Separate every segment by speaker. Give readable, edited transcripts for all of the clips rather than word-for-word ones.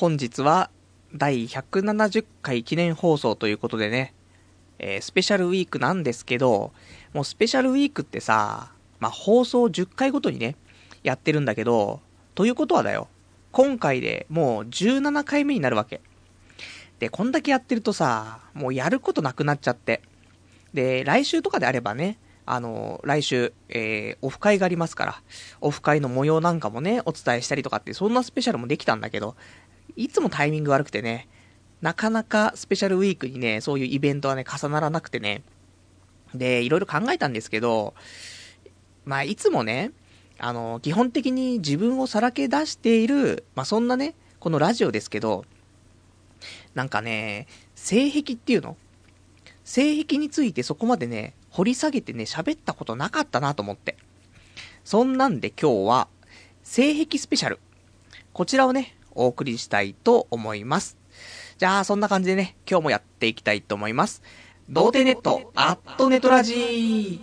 Speaker 1: 本日は第170回記念放送ということでね、スペシャルウィークなんですけど、もうスペシャルウィークってさ、放送10回ごとにね、やってるんだけど、ということはだよ、今回でもう17回目になるわけ。で、こんだけやってるとさ、もうやることなくなっちゃって。で、来週とかであればね、来週、オフ会がありますから、オフ会の模様なんかもね、お伝えしたりとかって、そんなスペシャルもできたんだけど、いつもタイミング悪くてね、なかなかスペシャルウィークにね、そういうイベントはね、重ならなくてね。で、いろいろ考えたんですけど、いつもね、基本的に自分をさらけ出している、そんなね、このラジオですけど、なんかね、性癖っていうの性癖についてそこまでね、掘り下げてね、喋ったことなかったなと思って。そんなんで今日は、性癖スペシャル。こちらをね、お送りしたいと思います。じゃあ、そんな感じでね、今日もやっていきたいと思います。童貞ネット、アットネトラジー。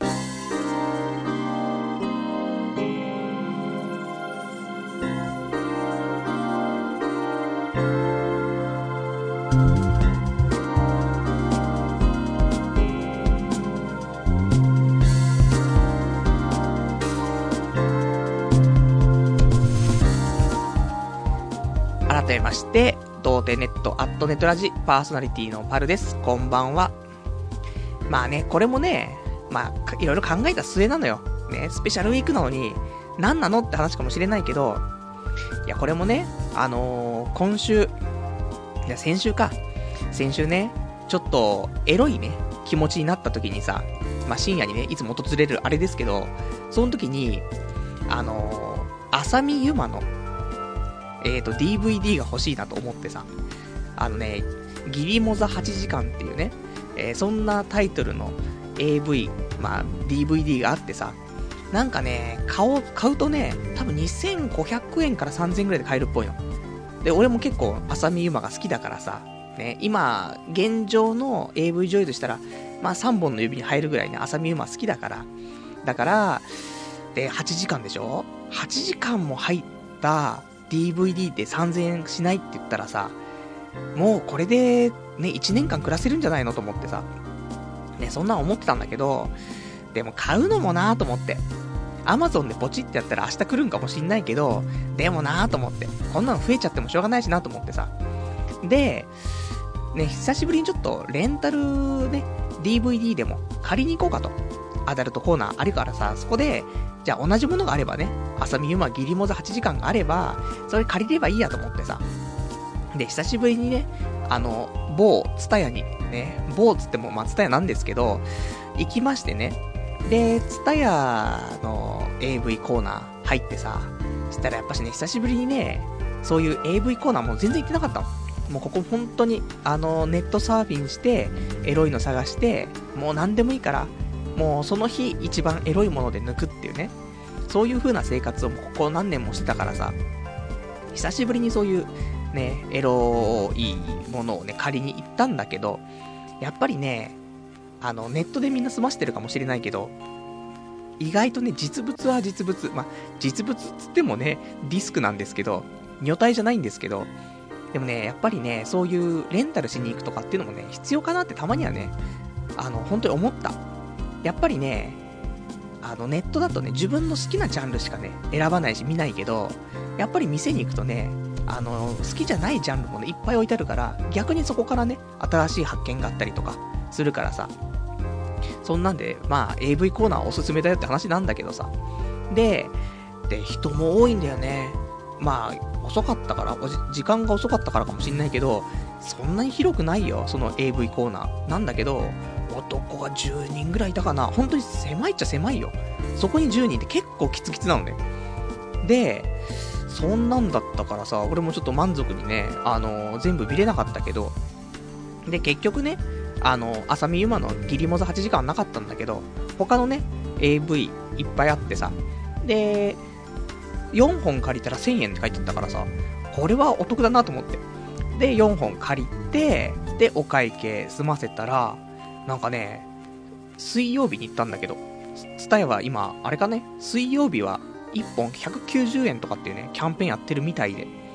Speaker 1: 改めまして、童貞ネットアットネトラジパーソナリティのパルです。こんばんは。これもね、いろいろ考えた末なのよ。ね、スペシャルウィークなのに、何なのって話かもしれないけど、いや、これもね、今週、先週ね、ちょっと、エロいね、気持ちになった時にさ、深夜にね、いつも訪れるあれですけど、その時に、浅見ゆまの、DVD が欲しいなと思ってさ、ギリモザ8時間っていうね、そんなタイトルの AV、DVD があってさ、なんかね、買うとね、多分2500円から3000円ぐらいで買えるっぽいの。で、俺も結構、浅見ゆまが好きだからさ、ね、今、現状の AV 女優としたら、3本の指に入るぐらいね、浅見ゆま好きだから、で、8時間でしょ ?8 時間も入った、DVD で3000円しないって言ったらさ、もうこれでね、1年間暮らせるんじゃないのと思ってさ、ね、そんなん思ってたんだけど、でも買うのもなーと思って、Amazon でポチってやったら明日来るんかもしんないけど、でもなーと思って、こんなの増えちゃってもしょうがないしなと思ってさ、で、ね、久しぶりにちょっとレンタルね、DVD でも借りに行こうかと。アダルトコーナーあるからさ、そこで、じゃあ同じものがあればね、浅見ゆまギリモザ8時間があれば、それ借りればいいやと思ってさ。で、久しぶりにね、某ツタヤに、ね、某つってもツタヤなんですけど、行きましてね。で、ツタヤの AV コーナー入ってさ、そしたらやっぱしね、久しぶりにね、そういう AV コーナーも全然行ってなかったの。もうここ本当に、ネットサーフィンして、エロいの探して、もう何でもいいから、もうその日一番エロいもので抜くっていうね、そういう風な生活をもうここ何年もしてたからさ、久しぶりにそういうね、エロいものをね、借りに行ったんだけど、やっぱりね、ネットでみんな済ましてるかもしれないけど、意外とね、実物は実物、実物つってもね、ディスクなんですけど、女体じゃないんですけど、でもね、やっぱりね、そういうレンタルしに行くとかっていうのもね、必要かなってたまにはね、本当に思った。やっぱりね、ネットだとね、自分の好きなジャンルしかね、選ばないし見ないけど、やっぱり店に行くとね、好きじゃないジャンルもね、いっぱい置いてあるから、逆にそこからね、新しい発見があったりとか、するからさ、そんなんで、AV コーナーおすすめだよって話なんだけどさ、で、人も多いんだよね。遅かったから、時間が遅かったからかもしんないけど、そんなに広くないよ、その AV コーナー。なんだけど、男が10人ぐらいいたかな。本当に狭いっちゃ狭いよ。そこに10人って結構キツキツなのね。で、そんなんだったからさ、俺もちょっと満足にね、全部見れなかったけど、で、結局ね、浅見ゆまのギリモザ8時間なかったんだけど、他のね、AV いっぱいあってさ、で、4本借りたら1000円って書いてあったからさ、これはお得だなと思って。で、4本借りて、で、お会計済ませたら、なんかね、水曜日に行ったんだけど、ツタヤは今、あれかね、水曜日は1本190円とかっていうね、キャンペーンやってるみたいで。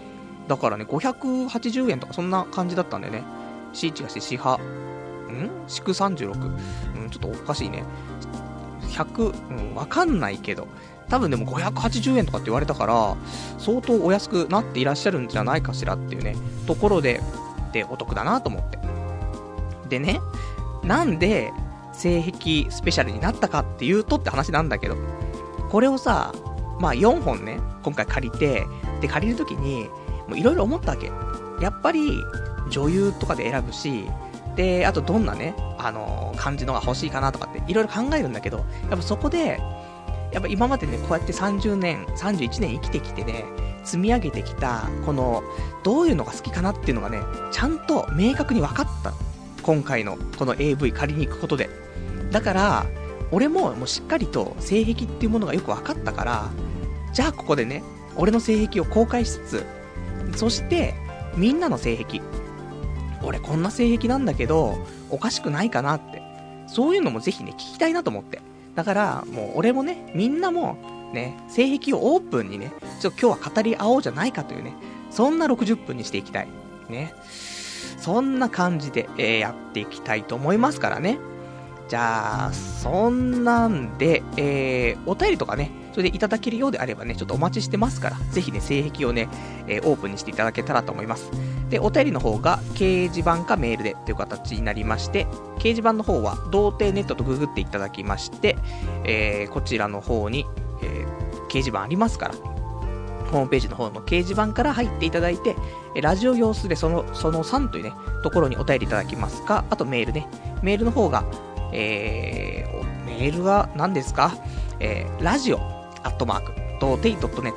Speaker 1: だからね、580円とかそんな感じだったんだよね。C1 がして祝36。ちょっとおかしいね。100、わかんないけど。多分でも580円とかって言われたから、相当お安くなっていらっしゃるんじゃないかしらっていうね、ところでお得だなと思って。でね、なんで、性癖スペシャルになったかっていうとって話なんだけど、これをさ、まあ4本ね、今回借りて、で、借りるときに、もういろいろ思ったわけ。やっぱり、女優とかで選ぶし、で、あとどんなね、感じのが欲しいかなとかっていろいろ考えるんだけど、やっぱそこで、やっぱ今までね、こうやって30年、31年生きてきてね、積み上げてきた、この、どういうのが好きかなっていうのがね、ちゃんと明確に分かった。今回の、この AV 借りに行くことで。だから、俺ももうしっかりと性癖っていうものがよく分かったから、じゃあここでね、俺の性癖を公開しつつ、そして、みんなの性癖。俺こんな性癖なんだけど、おかしくないかなって。そういうのもぜひね、聞きたいなと思って。だから、もう俺もね、みんなも、ね、性癖をオープンにね、今日は語り合おうじゃないかというね、そんな60分にしていきたい。ね。そんな感じで、やっていきたいと思いますからね。じゃあ、そんなんで、お便りとかね、それでいただけるようであればね、ちょっとお待ちしてますから、ぜひね、性癖をね、オープンにしていただけたらと思います。で、お便りの方が、掲示板かメールでという形になりまして、掲示板の方は、童貞ネットとググっていただきまして、こちらの方に、掲示板ありますから、ホームページの方の掲示板から入っていただいて、ラジオ様子でその3というね、ところにお便りいただきますか、あとメールね、メールの方が、メールは何ですか、ラジオ童貞 .net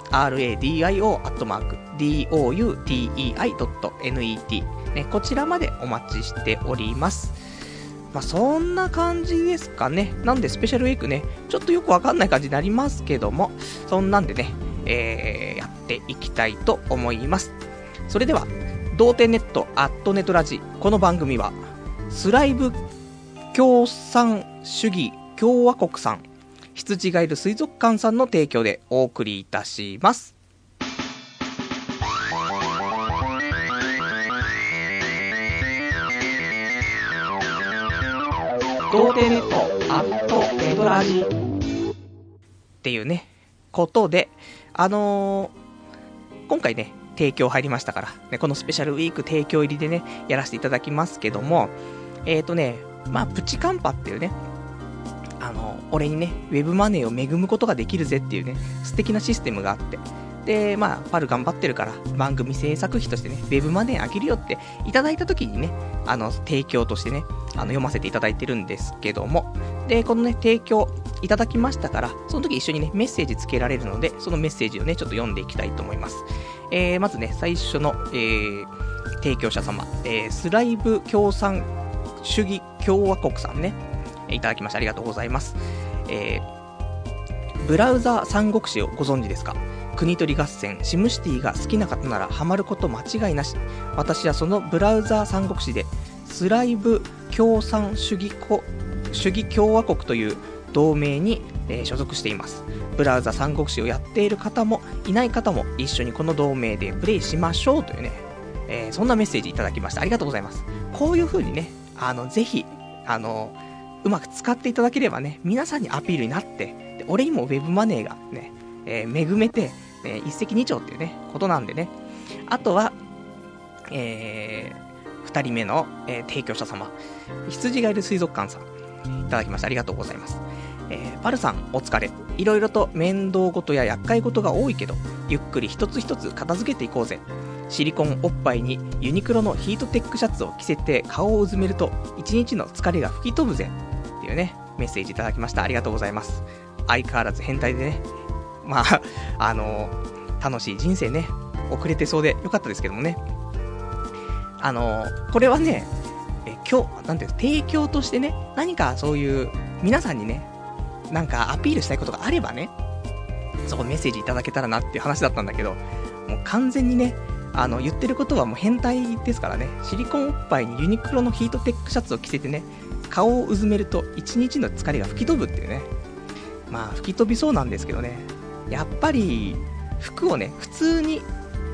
Speaker 1: radio@doutei.net、ね、こちらまでお待ちしております。まあ、そんな感じですかね。なんでスペシャルウィークね、ちょっとよくわかんない感じになりますけども、そんなんでね、やっていきたいと思います。それでは、童貞ネットネトラジ、この番組は、スライブ共産主義共和国さん、羊がいる水族館さんの提供でお送りいたします。童貞ネットネトラジっていうね、ことで、今回ね、提供入りましたから、ね、このスペシャルウィーク提供入りでね、やらせていただきますけども、まあ、プチカンパっていうね、俺にね、ウェブマネーを恵むことができるぜっていうね、素敵なシステムがあって、で、まあ、パル頑張ってるから、番組制作費としてね、ウェブマネーあげるよっていただいた時にね、提供としてね、読ませていただいてるんですけども、で、このね、提供いただきましたから、その時一緒にね、メッセージつけられるので、そのメッセージをね、ちょっと読んでいきたいと思います。まずね、最初の、提供者様、スライブ共産主義共和国さんね、いただきましてありがとうございます。ブラウザ三国志をご存知ですか？国取り合戦、シムシティが好きな方ならハマること間違いなし。私はそのブラウザ三国志でスライブ共産主義共和国という同盟に、所属しています。ブラウザ三国志をやっている方もいない方も一緒にこの同盟でプレイしましょうというね、そんなメッセージいただきました。ありがとうございます。こういう風にね、ぜひうまく使っていただければね、皆さんにアピールになって、で俺にもウェブマネーがね、恵めて、一石二鳥っていうね、ことなんでね。あとは、二人目の、提供者様、羊がいる水族館さん、いただきましてありがとうございます。パルさん、お疲れ。いろいろと面倒事や厄介事が多いけど、ゆっくり一つ一つ片付けていこうぜ。シリコンおっぱいにユニクロのヒートテックシャツを着せて顔をうずめると、一日の疲れが吹き飛ぶぜ。っていうね、メッセージいただきました。ありがとうございます。相変わらず変態でね、まあ、楽しい人生ね、遅れてそうでよかったですけどもね。これはね、なんていう提供としてね、何かそういう皆さんにね、なんかアピールしたいことがあればね、そこメッセージいただけたらなっていう話だったんだけど、もう完全にね、言ってることはもう変態ですからね。シリコンおっぱいにユニクロのヒートテックシャツを着せてね、顔をうずめると一日の疲れが吹き飛ぶっていうね。まあ吹き飛びそうなんですけどね、やっぱり服をね、普通に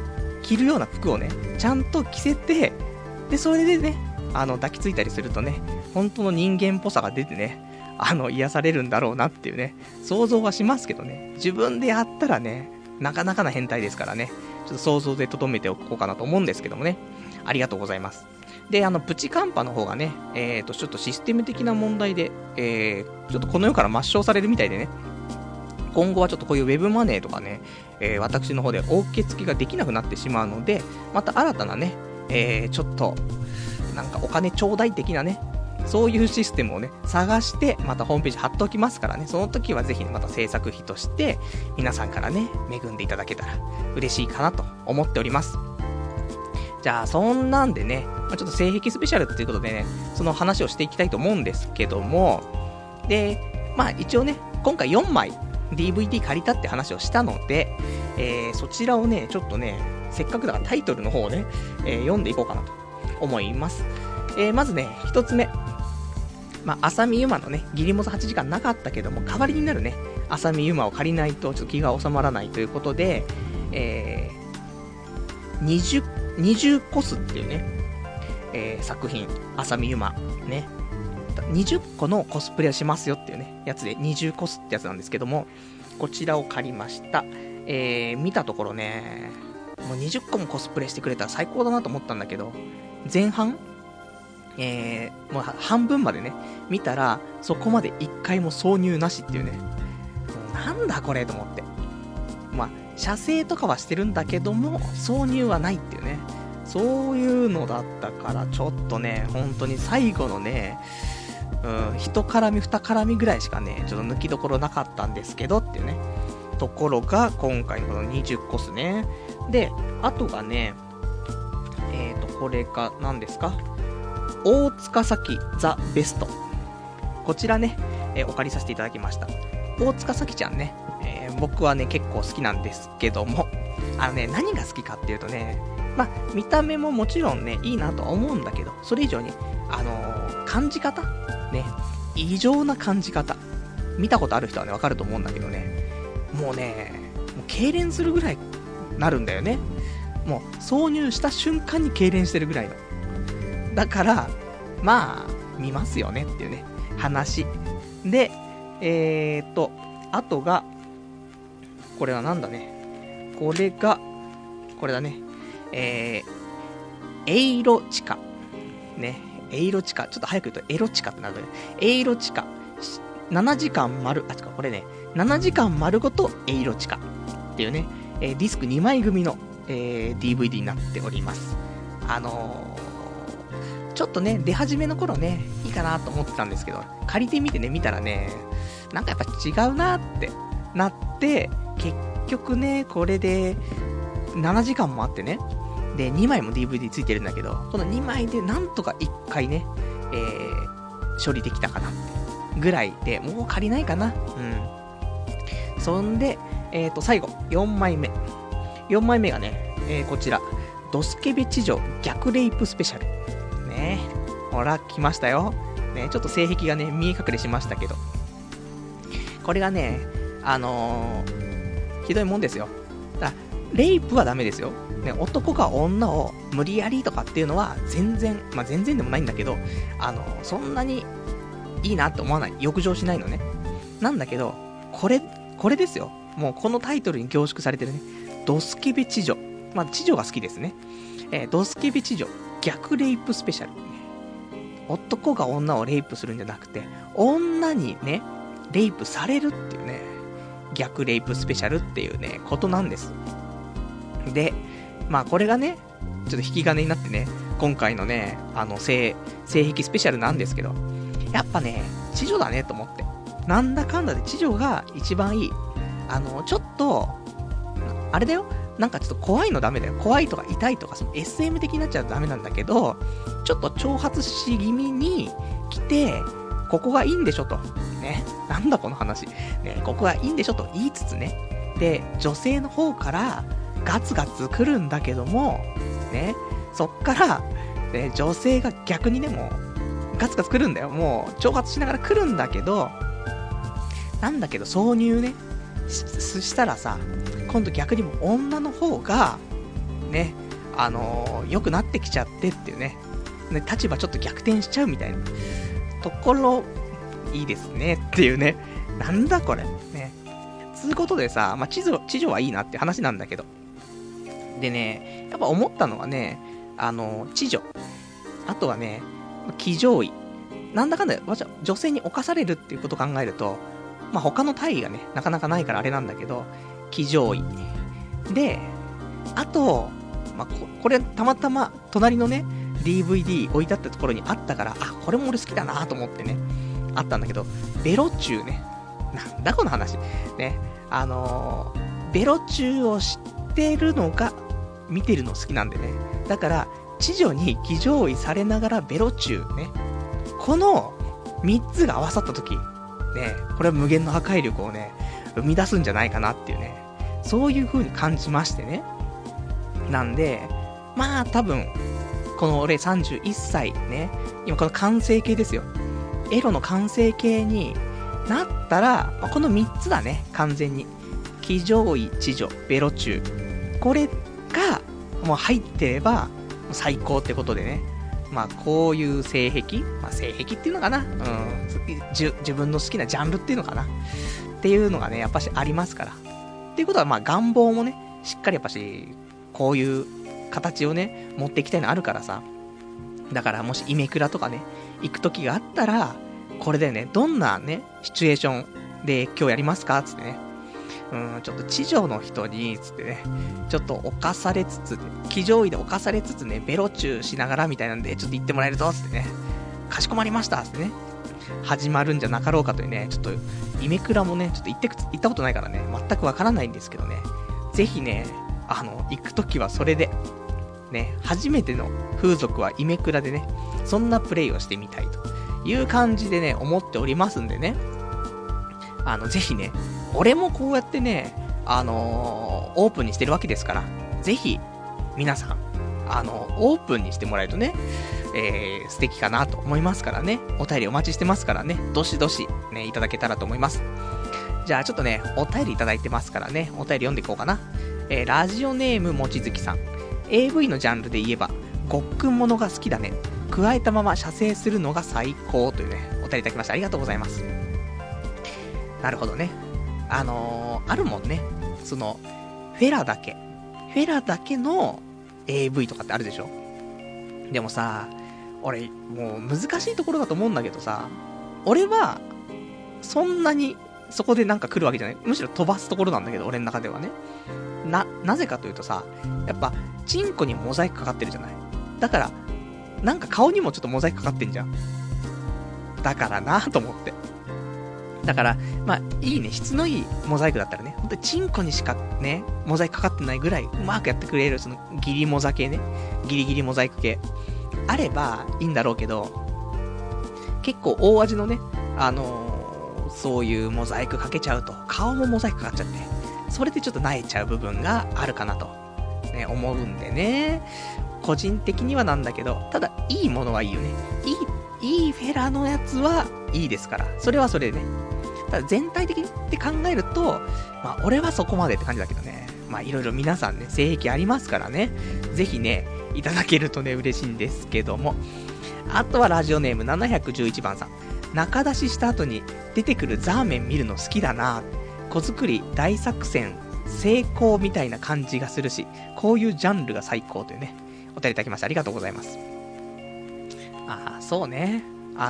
Speaker 1: 着るような服をね、ちゃんと着せて、で、それでね、抱きついたりするとね、本当の人間っぽさが出てね、癒されるんだろうなっていうね、想像はしますけどね、自分でやったらね、なかなかな変態ですからね、ちょっと想像で留めておこうかなと思うんですけどもね、ありがとうございます。で、プチカンパの方がね、ちょっとシステム的な問題で、ちょっとこの世から抹消されるみたいでね、今後はちょっとこういうウェブマネーとかね、私の方でお受け付けができなくなってしまうので、また新たなね、ちょっと、なんかお金ちょうだい的なね、そういうシステムをね、探して、またホームページ貼っておきますからね、その時はぜひまた制作費として、皆さんからね、恵んでいただけたら嬉しいかなと思っております。じゃあ、そんなんでね、ちょっと性癖スペシャルっていうことでね、その話をしていきたいと思うんですけども、で、一応ね、今回4枚 DVD 借りたって話をしたので、そちらをね、ちょっとね、せっかくだからタイトルの方をね、読んでいこうかなと思います。まずね、一つ目。浅見ゆまのね、ギリモザ8時間なかったけども、代わりになるね、浅見ゆまを借りないとちょっと気が収まらないということで、20コスっていうね、作品、浅見ゆま、ね、20個のコスプレをしますよっていうね、やつで20コスってやつなんですけども、こちらを借りました。見たところね、もう20個もコスプレしてくれたら最高だなと思ったんだけど、前半もう半分までね、見たら、そこまで一回も挿入なしっていうね。なんだこれと思って。射精とかはしてるんだけども、挿入はないっていうね。そういうのだったから、ちょっとね、本当に最後のね、一絡み二絡みぐらいしかね、ちょっと抜きどころなかったんですけどっていうね。ところが、今回のこの20コスね。で、あとがね、これが何ですか？大塚咲ザ・ベスト。こちらね、お借りさせていただきました。大塚咲ちゃんね、僕はね、結構好きなんですけども、何が好きかっていうとね、見た目ももちろんね、いいなとは思うんだけど、それ以上に、感じ方ね、異常な感じ方。見たことある人はね、わかると思うんだけどね、もうね、もう痙攣するぐらいなるんだよね。もう、挿入した瞬間に痙攣してるぐらいの。だから、見ますよねっていうね、話。で、あとが、これはなんだね。これだね。エイロチカ。ね。エイロチカ。ちょっと早く言うとエロチカってなるね。エイロチカ。7時間丸、これね。7時間丸ごとエイロチカ。っていうね。ディスク2枚組の、DVD になっております。ちょっとね、出始めの頃ね、いいかなと思ってたんですけど、借りてみてね、見たらね、なんかやっぱ違うなってなって、結局ね、これで7時間もあってね、で、2枚も DVD ついてるんだけど、この2枚でなんとか1回ね、処理できたかなってぐらいで、もう借りないかな。そんで、最後、4枚目。4枚目がね、こちら、ドスケベ地上逆レイプスペシャル。ね、ほら、来ましたよ。ね、ちょっと性癖がね、見え隠れしましたけど。これがね、ひどいもんですよ。レイプはダメですよ。ね、男が女を無理やりとかっていうのは全然、全然でもないんだけど、そんなにいいなって思わない。欲情しないのね。なんだけど、これですよ。もうこのタイトルに凝縮されてるね。ドスケベ地女。地女が好きですね。ドスケベ地女逆レイプスペシャル。男が女をレイプするんじゃなくて、女にね、レイプされるっていうね、逆レイプスペシャルっていうね、ことなんです。で、これがね、ちょっと引き金になってね、今回のね、性癖スペシャルなんですけど、やっぱね、地女だねと思って。なんだかんだで地女が一番いい。ちょっと、あれだよ、なんかちょっと怖いのダメだよ。怖いとか痛いとか、その SM 的になっちゃうとダメなんだけど、ちょっと挑発し気味に来て、ここがいいんでしょと。ね。なんだこの話。ね、ここがいいんでしょと言いつつね。で、女性の方からガツガツ来るんだけども、ね、そっから、ね、女性が逆にね、もう、ガツガツ来るんだよ。もう、挑発しながら来るんだけど、なんだけど、挿入ね、したらさ、今度逆にも女の方が、 ね、良くなってきちゃってっていうね、立場ちょっと逆転しちゃうみたいなところ、いいですねっていうね、なんだこれね。つうことでさ、まあ、知女はいいなって話なんだけど、でね、やっぱ思ったのはね、知女、あとはね、騎乗位、なんだかんだ女性に侵されるっていうことを考えると、まあ、他の体位がね、なかなかないからあれなんだけど、騎乗位で、あと、まあ、これたまたま隣のね DVD 置いてあったところにあったから、あ、これも俺好きだなと思ってね、あったんだけど、ベロチューね、なんだこの話ね、ベロチューを知ってるのが見てるの好きなんでね、だから知女に騎乗位されながらベロチューね、この3つが合わさった時ね、これは無限の破壊力をね生み出すんじゃないかなっていうね、そういう風に感じましてね。なんで、まあ多分、この俺31歳ね、今この完成形ですよ。エロの完成形になったら、まあ、この3つだね、完全に。騎乗位、知女、ベロチュー。これが、もう入ってれば、最高ってことでね。まあこういう性癖、まあ性癖っていうのかな、自分の好きなジャンルっていうのかなっていうのがね、やっぱしありますから。っていうことは、まあ願望もね、しっかりやっぱし、こういう形をね、持っていきたいのあるからさ。だからもしイメクラとかね、行く時があったら、これでね、どんなね、シチュエーションで今日やりますかつってね。ちょっと地上の人に、つってね、ちょっと侵されつつ、騎乗位で侵されつつね、ベロチューしながらみたいなんで、ちょっと行ってもらえるぞ、つってね。かしこまりました、つってね。始まるんじゃなかろうかというね、ちょっと、イメクラもね、ちょっと行ったことないからね、全くわからないんですけどね。ぜひね、行くときはそれで、ね、初めての風俗はイメクラでね、そんなプレイをしてみたいという感じでね、思っておりますんでね、ぜひね、俺もこうやってね、オープンにしてるわけですから、ぜひ、皆さん、オープンにしてもらえるとね、素敵かなと思いますからね、お便りお待ちしてますからね、どしどしね、いただけたらと思います。じゃあちょっとね、お便りいただいてますからね、お便り読んでいこうかな。ラジオネームもちづきさん。AV のジャンルで言えば、ごっくんものが好きだね。加えたまま射精するのが最高というね、お便りいただきました。ありがとうございます。なるほどね。あるもんね。その、フェラだけの AV とかってあるでしょ。でもさ、俺、もう難しいところだと思うんだけどさ、俺は、そんなに、そこでなんか来るわけじゃない。むしろ飛ばすところなんだけど、俺の中ではね。なぜかというとさ、やっぱ、チンコにモザイクかかってるじゃない。だから、なんか顔にもちょっとモザイクかかってんじゃん。だからなぁと思って。だから、まあ、いいね、質のいいモザイクだったらね、ほんとチンコにしかね、モザイクかかってないぐらい、うまくやってくれる、その、ギリモザ系ね。ギリギリモザイク系。あれば、いいんだろうけど、結構大味のね、そういうモザイクかけちゃうと、顔もモザイクかかっちゃって、それでちょっと萎えちゃう部分があるかなと、ね、思うんでね。個人的にはなんだけど、ただ、いいものはいいよね。いいフェラのやつはいいですから。それはそれでね。ただ全体的にって考えると、まあ、俺はそこまでって感じだけどね。まあ、いろいろ皆さんね、性癖ありますからね。ぜひね、いただけるとね、嬉しいんですけども。あとはラジオネーム711番さん。中出しした後に出てくるザーメン見るの好きだな。子作り大作戦成功みたいな感じがするし、こういうジャンルが最高というね、お便りいただきました。ありがとうございます。そうね。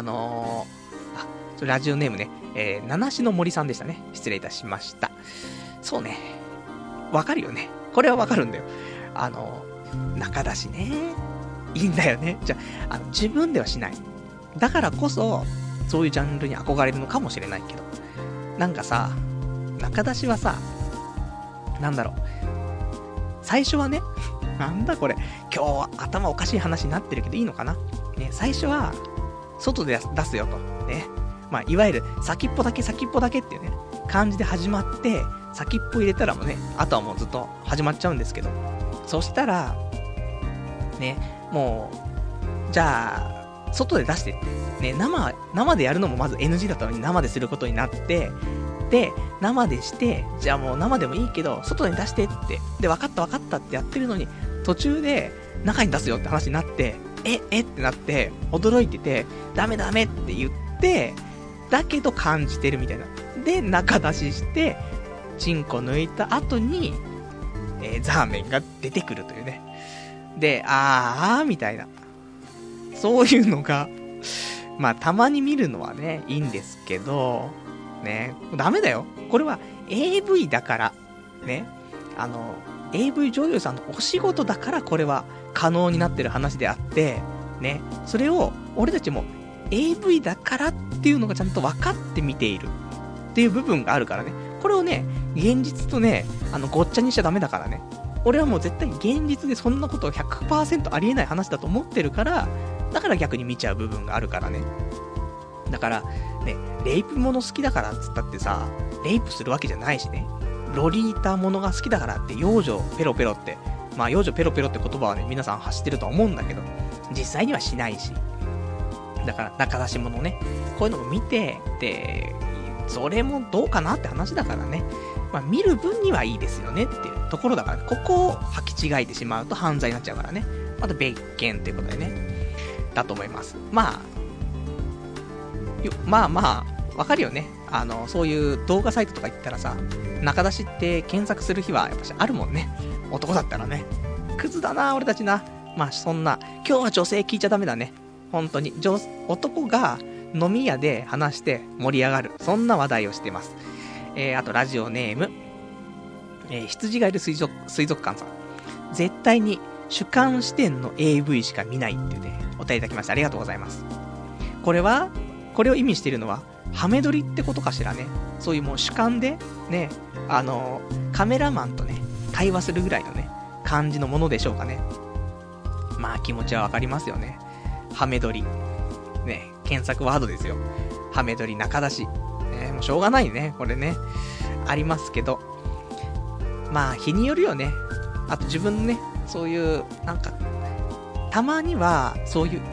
Speaker 1: ラジオネームね、七種の森さんでしたね。失礼いたしました。そうね。わかるよね。これはわかるんだよ。中出しね。いいんだよね。じゃあ、自分ではしない。だからこそ、そういうジャンルに憧れるのかもしれないけど。なんかさ、中出しはさ、なんだろう。最初はね、なんだこれ。今日は頭おかしい話になってるけどいいのかな。ね、最初は、外で出すよと。ね。まあ、いわゆる先っぽだけっていうね、感じで始まって、先っぽ入れたらもうね、あとはもうずっと始まっちゃうんですけど。そしたら、ね、もう、じゃあ、外で出してって。ね、生でやるのもまず NG だったのに生ですることになって、で、生でして、じゃあもう生でもいいけど、外に出してって。で、分かったってやってるのに、 途中で中に出すよって話になって、ってなって、驚いてて、ダメって言って、だけど感じてるみたいな。で、中出しして、チンコ抜いた後に、ザーメンが出てくるというね。で、みたいな。そういうのが、まあ、たまに見るのはね、いいんですけど、ね、ダメだよ。これは AV だから、ね、AV 女優さんのお仕事だからこれは可能になってる話であって、ね、それを俺たちも AV だからっていうのがちゃんと分かって見ているっていう部分があるからね。これをね、現実とね、ごっちゃにしちゃダメだからね。俺はもう絶対現実でそんなことを 100% ありえない話だと思ってるから、だから逆に見ちゃう部分があるからね。だから、ね、レイプもの好きだからっつったってさ、レイプするわけじゃないしね。ロリータものが好きだからって幼女ペロペロって、まあ幼女ペロペロって言葉はね、皆さん発してるとは思うんだけど、実際にはしないし。だから、中出しものね、こういうのも見て、で、それもどうかなって話だからね。まあ見る分にはいいですよねっていうところだから、ここを履き違えてしまうと犯罪になっちゃうからね。また別件っていうことでね。だと思います。まあ、わかるよね。そういう動画サイトとか行ったらさ、中出しって検索する日はやっぱしあるもんね。男だったらね。クズだな、俺たちな。まあそんな、今日は女性聞いちゃダメだね。本当に。男が飲み屋で話して盛り上がる。そんな話題をしてます。あとラジオネーム、羊がいる水族館さん。絶対に主観視点の AV しか見ないっていうね、お便りいただきましてありがとうございます。これを意味しているのは、ハメ撮りってことかしらね。そういうもう主観で、ね、カメラマンとね、対話するぐらいのね、感じのものでしょうかね。まあ気持ちはわかりますよね。ハメ撮り。ね、検索ワードですよ。ハメ撮り中出し。もうしょうがないね、これね。ありますけど。まあ日によるよね。あと自分のね、そういう、なんか、たまには、そういう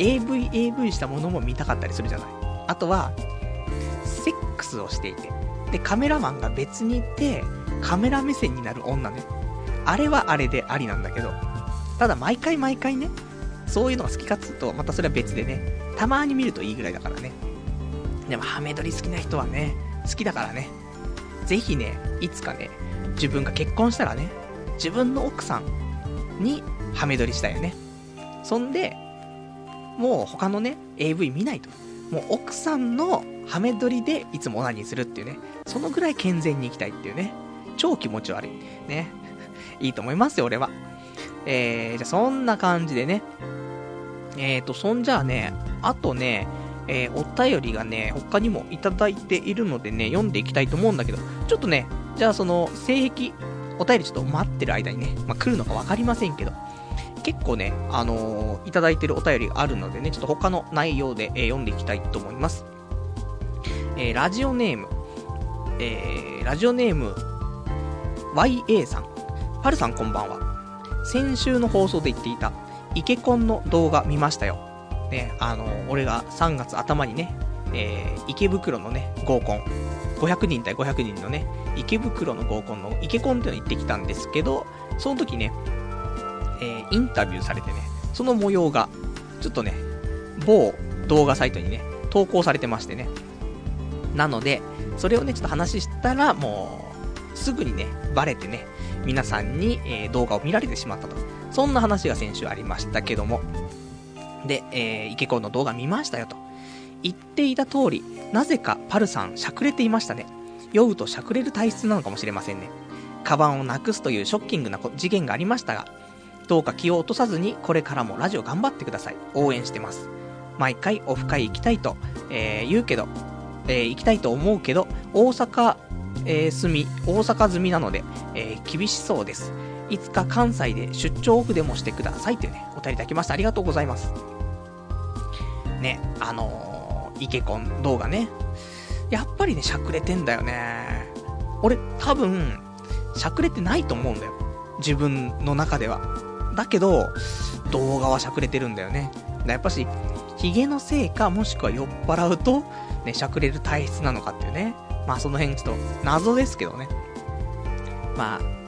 Speaker 1: AV したものも見たかったりするじゃない。あとは、セックスをしていて、で、カメラマンが別にいて、カメラ目線になる女ね。あれはあれでありなんだけど、ただ毎回ね、そういうのが好きかっつうと、またそれは別でね、たまに見るといいぐらいだからね。でも、ハメ撮り好きな人はね、好きだからね、ぜひね、いつかね、自分が結婚したらね、自分の奥さんにハメ撮りしたいよね。そんで、もう他のね、AV 見ないと。もう奥さんのハメ撮りでいつもオナニーするっていうね。そのぐらい健全に行きたいっていうね。超気持ち悪い。ね。いいと思いますよ、俺は。じゃあそんな感じでね。そんじゃあね、あとね、お便りがね、他にもいただいているのでね、読んでいきたいと思うんだけど、ちょっとね、じゃあその、性癖、お便りちょっと待ってる間にね、まあ、来るのかわかりませんけど、結構ね、いただいてるお便りがあるのでね、ちょっと他の内容で、読んでいきたいと思います。ラジオネーム、YA さん。パルさんこんばんは。先週の放送で言っていた、イケコンの動画見ましたよ。ね、俺が3月頭にね、池袋のね、合コン、500人対500人のね、池袋の合コンのイケコンっていうの行ってきたんですけど、その時ね、インタビューされてね、その模様が、ちょっとね、某動画サイトにね、投稿されてましてね。なので、それをね、ちょっと話したら、もう、すぐにね、バレてね、皆さんに、動画を見られてしまったと。そんな話が先週ありましたけども。で、イケコンの動画見ましたよと。言っていた通り、なぜかパルさんしゃくれていましたね。酔うとしゃくれる体質なのかもしれませんね。カバンをなくすというショッキングな事件がありましたが、どうか気を落とさずにこれからもラジオ頑張ってください。応援してます。毎回オフ会行きたいと、言うけど、行きたいと思うけど、大阪済みなので、厳しそうです。いつか関西で出張オフでもしてくださいというね、お便りいただきました。ありがとうございます。ね、イケコン動画ね。やっぱりね、しゃくれてんだよね。俺、多分、しゃくれてないと思うんだよ。自分の中では。だけど、動画はしゃくれてるんだよね。やっぱし、ヒゲのせいか、もしくは酔っ払うと、ね、しゃくれる体質なのかっていうね。まあその辺ちょっと謎ですけどね。まあ、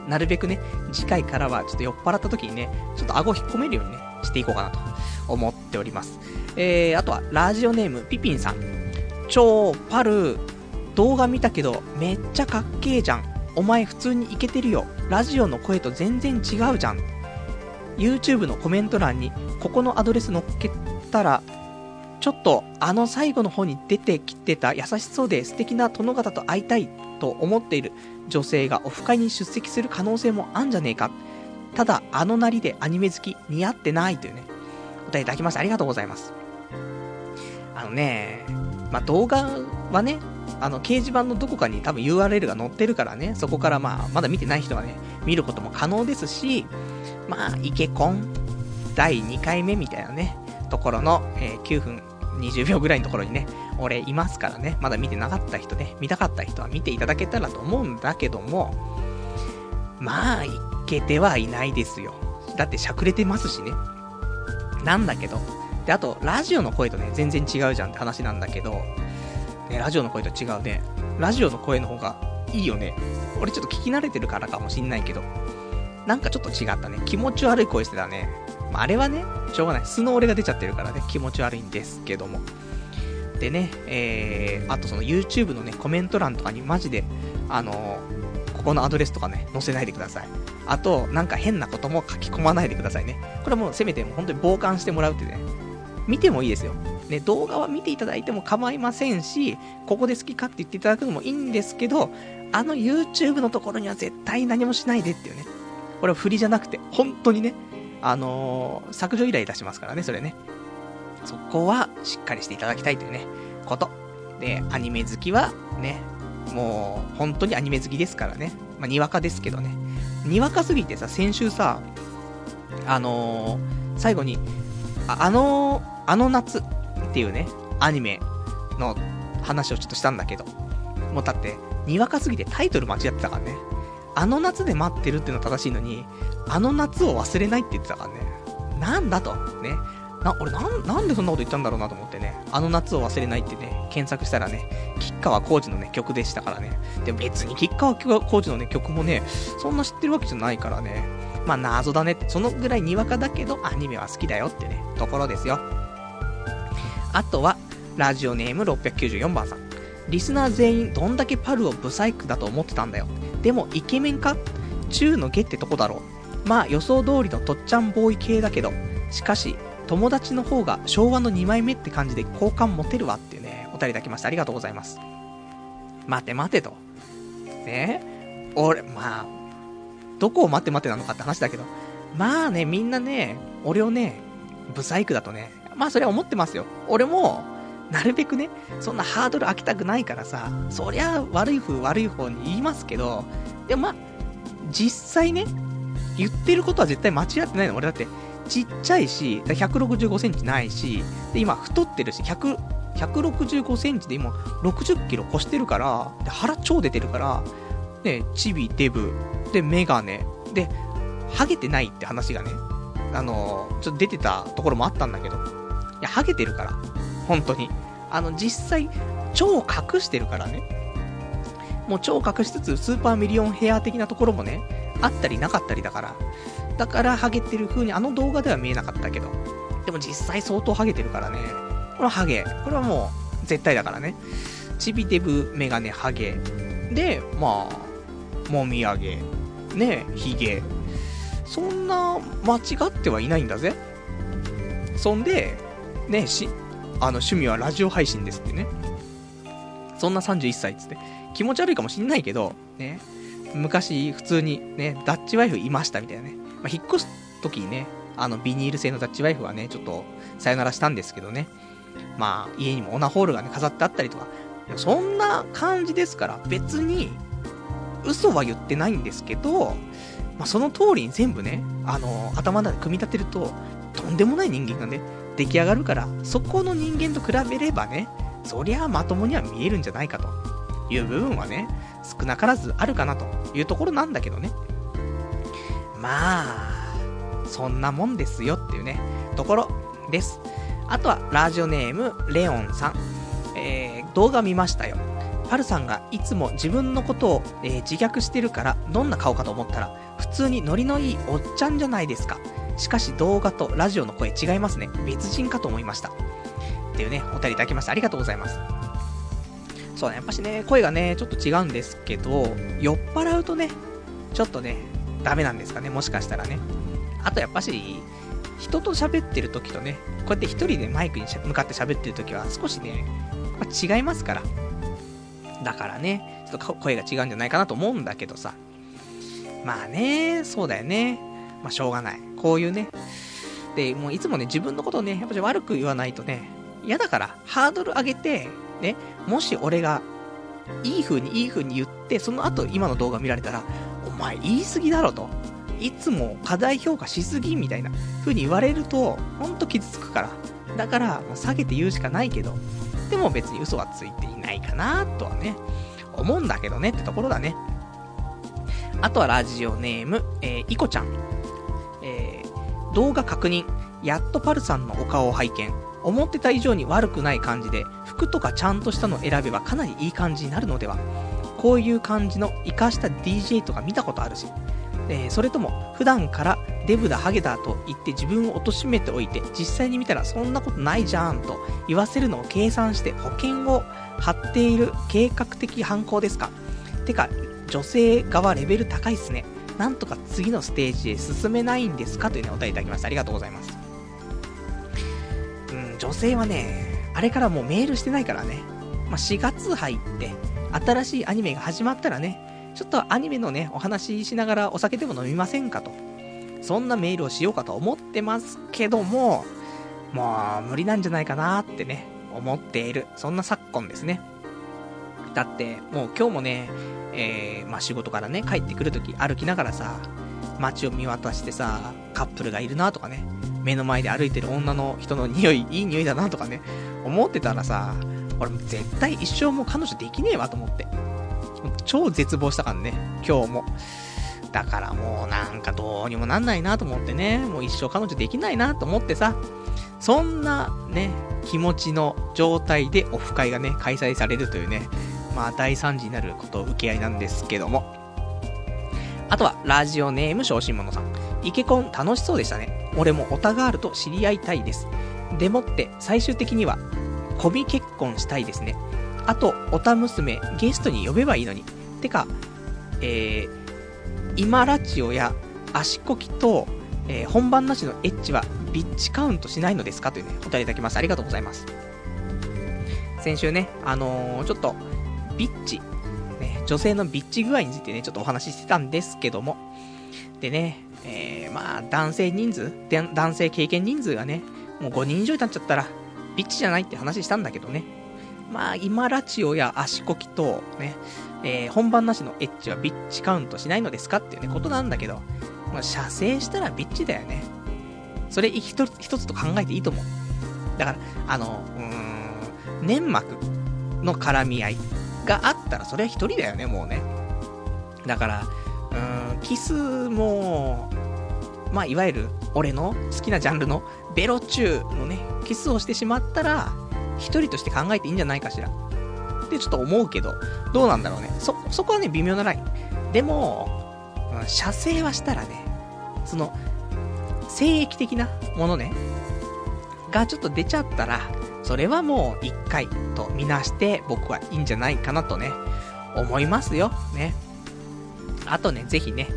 Speaker 1: なるべくね、次回からはちょっと酔っ払った時にね、ちょっと顎引っ込めるようにね、していこうかなと思っております。あとは、ラジオネーム、ピピンさん。超パル、動画見たけど、めっちゃかっけーじゃん。お前普通にイケてるよ。ラジオの声と全然違うじゃん。YouTube のコメント欄に、ここのアドレス載っけたら、ちょっと最後の方に出てきてた優しそうで素敵な殿方と会いたいと思っている女性がオフ会に出席する可能性もあんじゃねえか。ただなりでアニメ好き似合ってないというね、お便りいただきましてありがとうございます。動画はね、掲示板のどこかに多分 URL が載ってるからね、そこからまだ見てない人はね、見ることも可能ですし、イケコン第2回目みたいなね、ところの、9分20秒ぐらいのところにね、俺いますからね、まだ見てなかった人ね、見たかった人は見ていただけたらと思うんだけども、いけてはいないですよ。だってしゃくれてますしね。なんだけど、で、あと、ラジオの声とね、全然違うじゃんって話なんだけど、ね、ラジオの声と違うね。ラジオの声の方がいいよね。俺ちょっと聞き慣れてるからかもしんないけど、なんかちょっと違ったね。気持ち悪い声してたね。あれはね、しょうがない。素の俺が出ちゃってるからね、気持ち悪いんですけども。でね、あとその YouTube のね、コメント欄とかにマジで、ここのアドレスとかね、載せないでください。あと、なんか変なことも書き込まないでくださいね。これはもうせめてもう本当に傍観してもらうってね、見てもいいですよ。ね、動画は見ていただいても構いませんし、ここで好きかって言っていただくのもいいんですけど、YouTube のところには絶対何もしないでっていうね。これは振りじゃなくて、本当にね、削除依頼出しますからね、それね。そこはしっかりしていただきたいというね、こと。で、アニメ好きはね、もう本当にアニメ好きですからね。にわかですけどね。にわかすぎてさ、先週さ、最後に、あの夏っていうね、アニメの話をちょっとしたんだけど、もうだって、にわかすぎてタイトル間違ってたからね。あの夏で待ってるっていうのは正しいのに、あの夏を忘れないって言ってたからね。なんだと。ね。俺なんでそんなこと言ったんだろうなと思ってね。あの夏を忘れないってね、検索したらね、吉川晃司のね、曲でしたからね。でも別に吉川晃司のね、曲もね、そんな知ってるわけじゃないからね。謎だねって。そのぐらいにわかだけど、アニメは好きだよってね、ところですよ。あとは、ラジオネーム694番さん。リスナー全員どんだけパルをブサイクだと思ってたんだよ。でもイケメンか？中の下ってとこだろう。予想通りのとっちゃんボーイ系だけど、しかし友達の方が昭和の2枚目って感じで好感持てるわっていうね、お便りいただきました。ありがとうございます。待てとね、俺どこを待てなのかって話だけど、みんなね、俺をね、ブサイクだとね、それは思ってますよ。俺もなるべくね、そんなハードル開けたくないからさ、そりゃ悪い方に言いますけど、でも実際ね、言ってることは絶対間違ってないの。俺だってちっちゃいし、165センチないし、で今太ってるし、165センチで今60キロ越してるから、で腹超出てるから、ね、チビデブでメガネでハゲてないって話がね、ちょっと出てたところもあったんだけど、いやハゲてるから。本当に実際超隠してるからね。もう超隠しつつスーパーミリオンヘア的なところもね、あったりなかったりだからハゲてる風に動画では見えなかったけど、でも実際相当ハゲてるからね。これはハゲ、これはもう絶対だからね。チビデブメガネハゲで、もみあげね、ヒゲ、そんな間違ってはいないんだぜ。そんでね、趣味はラジオ配信ですってね。そんな31歳っつって気持ち悪いかもしんないけどね、昔普通にね、ダッチワイフいましたみたいなね。引っ越す時にね、ビニール製のダッチワイフはね、ちょっとさよならしたんですけどね。家にもオナホールがね、飾ってあったりとか、そんな感じですから、別に嘘は言ってないんですけど、その通りに全部ね、頭の中で組み立てるととんでもない人間がね、出来上がるから、そこの人間と比べればね、そりゃまともには見えるんじゃないかという部分はね、少なからずあるかなというところなんだけどね。そんなもんですよっていうね、ところです。あとはラジオネームレオンさん、動画見ましたよ。 パルさんがいつも自分のことを、自虐してるからどんな顔かと思ったら、普通にノリのいいおっちゃんじゃないですか。しかし動画とラジオの声違いますね。別人かと思いました。っていうね、お便りいただきました。ありがとうございます。そうね、やっぱしね、声がね、ちょっと違うんですけど、酔っ払うとね、ちょっとね、ダメなんですかね、もしかしたらね。あとやっぱし、人と喋ってる時とね、こうやって一人でマイクに向かって喋ってる時は少しね、違いますから。だからね、ちょっと声が違うんじゃないかなと思うんだけどさ。まあね、そうだよね。まあしょうがない。こういうね。で、もういつもね、自分のことをね、やっぱり悪く言わないとね、嫌だから、ハードル上げて、ね、もし俺が、いい風に言って、その後今の動画見られたら、お前言い過ぎだろと。いつも過大評価しすぎみたいな風に言われると、ほんと傷つくから。だから、もう下げて言うしかないけど、でも別に嘘はついていないかなとはね、思うんだけどねってところだね。あとはラジオネーム、いこちゃん。動画確認。やっとパルさんのお顔を拝見。思ってた以上に悪くない感じで、服とかちゃんとしたの選べばかなりいい感じになるのでは。こういう感じの活かした DJ とか見たことあるし。それとも普段からデブだハゲだと言って自分を貶めておいて、実際に見たらそんなことないじゃんと言わせるのを計算して保険を張っている計画的犯行ですか。てか女性側レベル高いっすね。なんとか次のステージへ進めないんですかというね、お便りいただきました。ありがとうございます。女性はね、あれからもうメールしてないからね。まあ、4月入って新しいアニメが始まったらね、ちょっとアニメのね、お話ししながらお酒でも飲みませんかと。そんなメールをしようかと思ってますけども、もう無理なんじゃないかなってね、思っている。そんな昨今ですね。だって、もう今日もね、まあ、仕事からね、帰ってくるとき歩きながらさ、街を見渡してさ、カップルがいるなとかね、目の前で歩いてる女の人の匂い、いい匂いだなとかね、思ってたらさ、俺絶対一生もう彼女できねえわと思って。超絶望したからね、今日も。だからもうなんかどうにもなんないなと思ってね、もう一生彼女できないなと思ってさ、そんなね、気持ちの状態でオフ会がね、開催されるというね、まあ大惨事になることを受け合いなんですけども。あとは、ラジオネーム小心者さん。イケコン楽しそうでしたね。俺もオタガールと知り合いたいです。でもって最終的には、コビ結婚したいですね。あと、オタ娘ゲストに呼べばいいのに。てか、今ラチオや足こきと、本番なしのエッチはビッチカウントしないのですかというね、お答えいただきます。ありがとうございます。先週ね、ちょっと、ビッチ、ね、女性のビッチ具合についてね、ちょっとお話ししてたんですけども、でね、まあ、男性経験人数がね、もう5人以上になっちゃったら、ビッチじゃないって話したんだけどね。まあ、今ラチオや足こきと、ね、本番なしのエッチはビッチカウントしないのですかっていうね、ことなんだけど、まあ、射精したらビッチだよね。それ一つと考えていいと思う。だから、粘膜の絡み合いがあったら、それは一人だよね、もうね。だから、キスも、まあ、いわゆる、俺の好きなジャンルのベロチューのね、キスをしてしまったら、一人として考えていいんじゃないかしら。ってちょっと思うけど、どうなんだろうね。そこはね、微妙なライン。でも、射精はしたらね、その、精液的なものね、がちょっと出ちゃったら、それはもう一回とみなして僕はいいんじゃないかなとね、思いますよ。ね。あとね、ぜひね、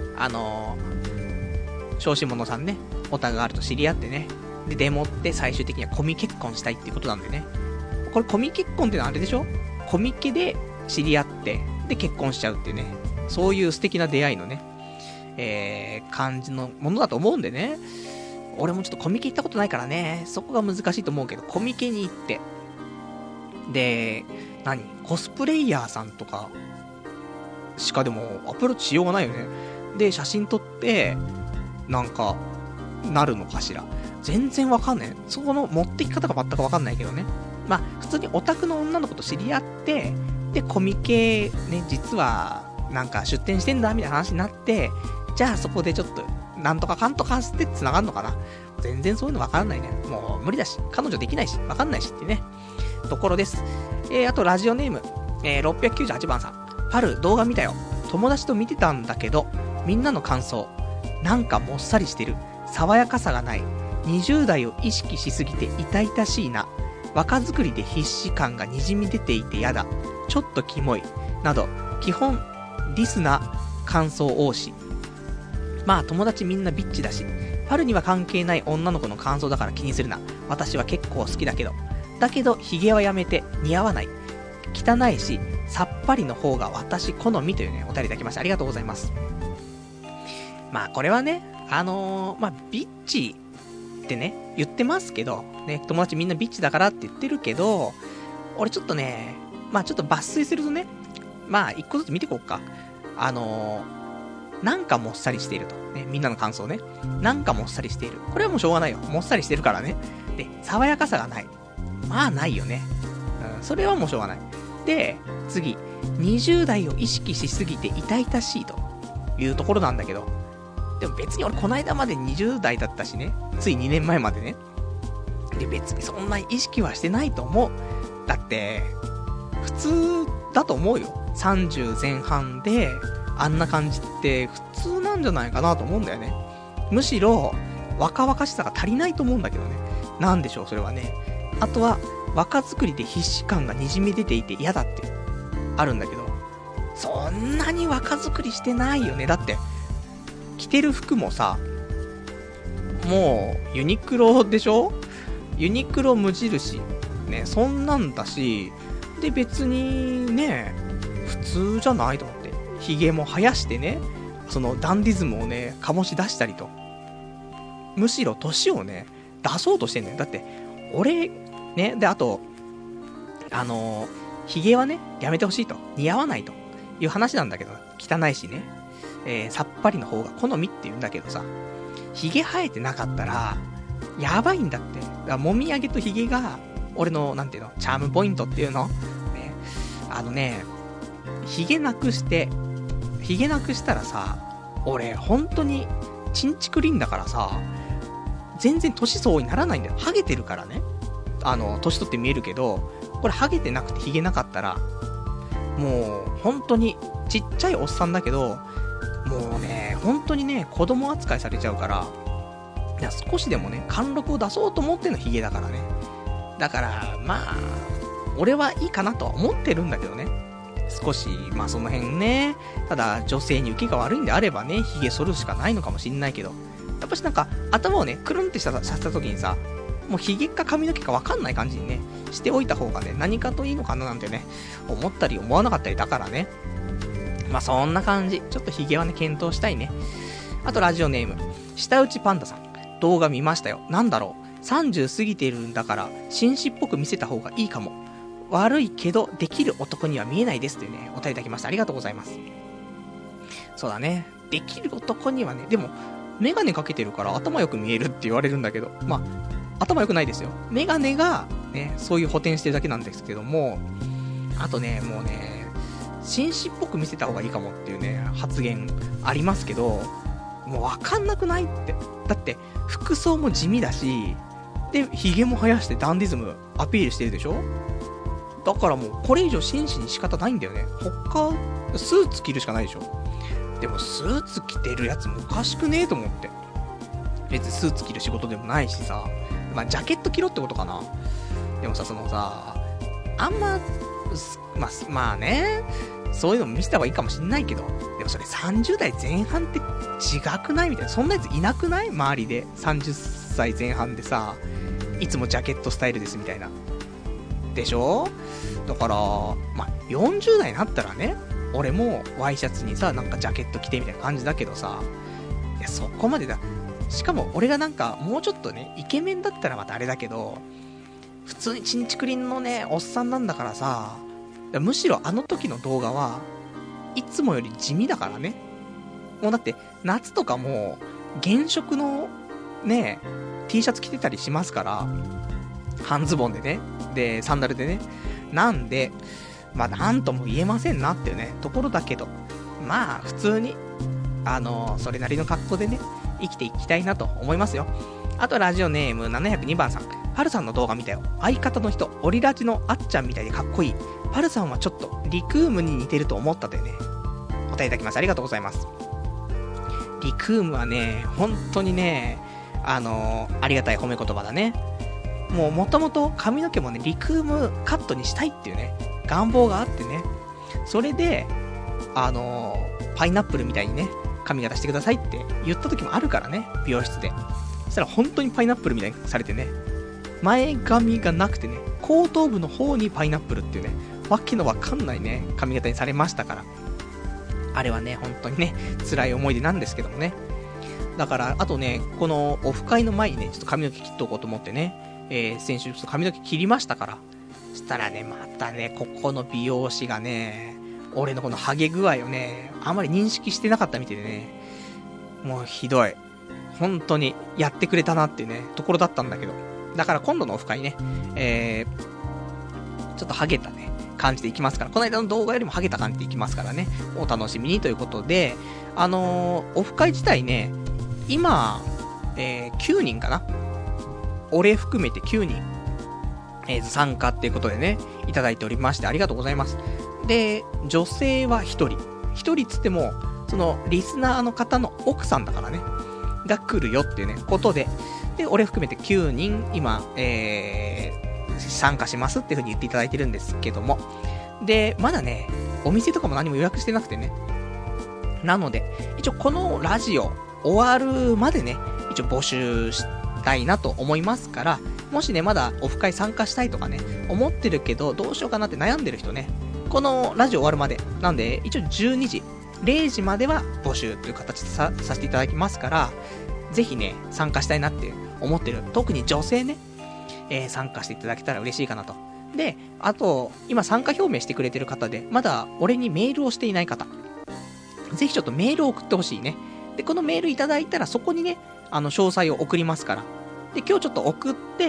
Speaker 1: 小心者さんね、オタがあると知り合ってね、でもって最終的にはコミ結婚したいっていうことなんでね。これコミ結婚ってのはあれでしょ？コミケで知り合って、で結婚しちゃうっていうね、そういう素敵な出会いのね、感じのものだと思うんでね。俺もちょっとコミケ行ったことないからね、そこが難しいと思うけど、コミケに行って、で、コスプレイヤーさんとかしかでもアプローチしようがないよね。で、写真撮って、なんか、なるのかしら。全然わかんない。そこの持ってき方が全くわかんないけどね。まあ、普通にオタクの女の子と知り合って、で、コミケね、実は、なんか出店してんだ、みたいな話になって、じゃあそこでちょっと、なんとかかんとかって繋がんのかな。全然そういうのわかんないね。もう無理だし、彼女できないし、わかんないしってね、ところです。あとラジオネーム、 698番さん。パル、動画見たよ。友達と見てたんだけど、みんなの感想。なんかもっさりしてる。爽やかさがない。20代を意識しすぎて痛々しいな。若作りで必死感が滲み出ていてやだ。ちょっとキモい。など、基本、ディスな感想多し。まあ友達みんなビッチだし、パルには関係ない女の子の感想だから気にするな。私は結構好きだけど。だけど、ヒゲはやめて、似合わない。汚いし、さっぱりの方が私好みというね、お便りいただきました。ありがとうございます。まあこれはね、まあビッチってね、言ってますけど、ね、友達みんなビッチだからって言ってるけど、俺ちょっとね、まあちょっと抜粋するとね、まあ一個ずつ見ていこうか。なんかもっさりしていると。ね、みんなの感想ね。なんかもっさりしている。これはもうしょうがないよ。もっさりしてるからね。で、爽やかさがない。まあないよね。それはもうしょうがない。で、次。20代を意識しすぎて痛々しいというところなんだけど。でも別に俺この間まで20代だったしね。つい2年前までね。で、別にそんな意識はしてないと思う。だって、普通だと思うよ。30前半で、あんな感じって普通なんじゃないかなと思うんだよね。むしろ、若々しさが足りないと思うんだけどね。なんでしょう、それはね。あとは、若作りで必死感が滲み出ていて嫌だって、あるんだけど、そんなに若作りしてないよね。だって、着てる服もさ、もう、ユニクロでしょ？ユニクロ無印。ね、そんなんだし、で別にね、普通じゃないと思って。髭も生やしてね、そのダンディズムをね、醸し出したりと。むしろ年をね、出そうとしてんだよ。だって、俺、ね、で、あと、髭はね、やめてほしいと。似合わないという話なんだけど、汚いしね。さっぱりの方が好みって言うんだけどさ、髭生えてなかったら、やばいんだって。だからもみあげと髭が、俺の、なんていうの、チャームポイントっていうのね、髭なくしたらさ、俺、本当に、チンチクリンだからさ、全然年相応にならないんだよ。ハゲてるからね。年取って見えるけど、これハゲてなくて髭なかったら、もう、本当に、ちっちゃいおっさんだけど、もうね、本当にね、子供扱いされちゃうから、いや、少しでもね、貫禄を出そうと思っての髭だからね。だから、まあ、俺はいいかなとは思ってるんだけどね。少し、まあその辺ね、ただ女性に受けが悪いんであればね、髭剃るしかないのかもしんないけど、やっぱしなんか、頭をね、くるんってさせた時にさ、もう髭か髪の毛かわかんない感じにね、しておいた方がね、何かといいのかななんてね、思ったり思わなかったりだからね。まあそんな感じ。ちょっと髭はね、検討したいね。あとラジオネーム、下打ちパンダさん。動画見ましたよ。なんだろう。30過ぎてるんだから、紳士っぽく見せた方がいいかも。悪いけど、できる男には見えないですというね、お便りいただきました。ありがとうございます。そうだね。できる男にはね、でも、メガネかけてるから頭よく見えるって言われるんだけど、まあ、頭よくないですよ。メガネが、ね、そういう補填してるだけなんですけども、あとね、もうね、紳士っぽく見せた方がいいかもっていうね、発言ありますけど、もうわかんなくないって。だって、服装も地味だし、で、髭も生やしてダンディズムアピールしてるでしょ？だからもう、これ以上紳士に仕方ないんだよね。スーツ着るしかないでしょ？でも、スーツ着てるやつもおかしくねえと思って。別にスーツ着る仕事でもないしさ、まあ、ジャケット着ろってことかな。でもさ、そのさ、あんま、まあね、そういうのも見せた方がいいかもしんないけど、でもそれ30代前半って違くないみたいな。そんなやついなくない？周りで。30歳前半でさ、いつもジャケットスタイルですみたいな。でしょ？だから、まあ、40代になったらね、俺もワイシャツにさ、なんかジャケット着てみたいな感じだけどさ、いや、そこまでだ。しかも俺がなんか、もうちょっとね、イケメンだったらまたあれだけど、普通にチンチクリンのね、おっさんなんだからさ、むしろあの時の動画はいつもより地味だからね。もうだって夏とかも原色のね T シャツ着てたりしますから、半ズボンでね、でサンダルでね、なんでまあなんとも言えませんなっていうねところだけど、まあ普通にそれなりの格好でね生きていきたいなと思いますよ。あとラジオネーム702番さん、 パルさんの動画見たよ。相方の人、オリラジのあっちゃんみたいでかっこいい。パルさんはちょっとリクームに似てると思ったというね、お答えいただきます。ありがとうございます。リクームはね、本当にね、ありがたい褒め言葉だね。もともと髪の毛もね、リクームカットにしたいっていうね、願望があってね、それで、パイナップルみたいにね、髪型してくださいって言った時もあるからね、美容室で。そしたら本当にパイナップルみたいにされてね、前髪がなくてね、後頭部の方にパイナップルっていうね、わけのわかんないね、髪型にされましたから。あれはね、本当にね、辛い思い出なんですけどもね。だから、あとね、このオフ会の前にね、ちょっと髪の毛切っとこうと思ってね、先週ちょっと髪の毛切りましたから。そしたらね、またね、ここの美容師がね、俺のこのハゲ具合をね、あまり認識してなかったみたいでね、もうひどい。本当にやってくれたなっていうね、ところだったんだけど。だから今度のオフ会ね、ちょっとハゲたね、感じでいきますから、この間の動画よりもハゲた感じでいきますからね、お楽しみにということで、オフ会自体ね、今、9人かな、俺含めて9人、参加っていうことでね、いただいておりまして、ありがとうございます。で、女性は1人。1人つっても、その、リスナーの方の奥さんだからね、が来るよっていうね、ことで、で、俺含めて9人、今、参加しますっていう風に言っていただいてるんですけども。で、まだね、お店とかも何も予約してなくてね。なので、一応このラジオ終わるまでね、一応募集したいなと思いますから、もしね、まだオフ会参加したいとかね、思ってるけど、どうしようかなって悩んでる人ね、このラジオ終わるまで、なんで、一応12時、0時までは募集という形でさせていただきますから、ぜひね、参加したいなって思ってる、特に女性ね、参加していただけたら嬉しいかなと。で、あと、今参加表明してくれてる方で、まだ俺にメールをしていない方、ぜひちょっとメールを送ってほしいね。で、このメールいただいたら、そこにね、詳細を送りますから。で、今日ちょっと送って、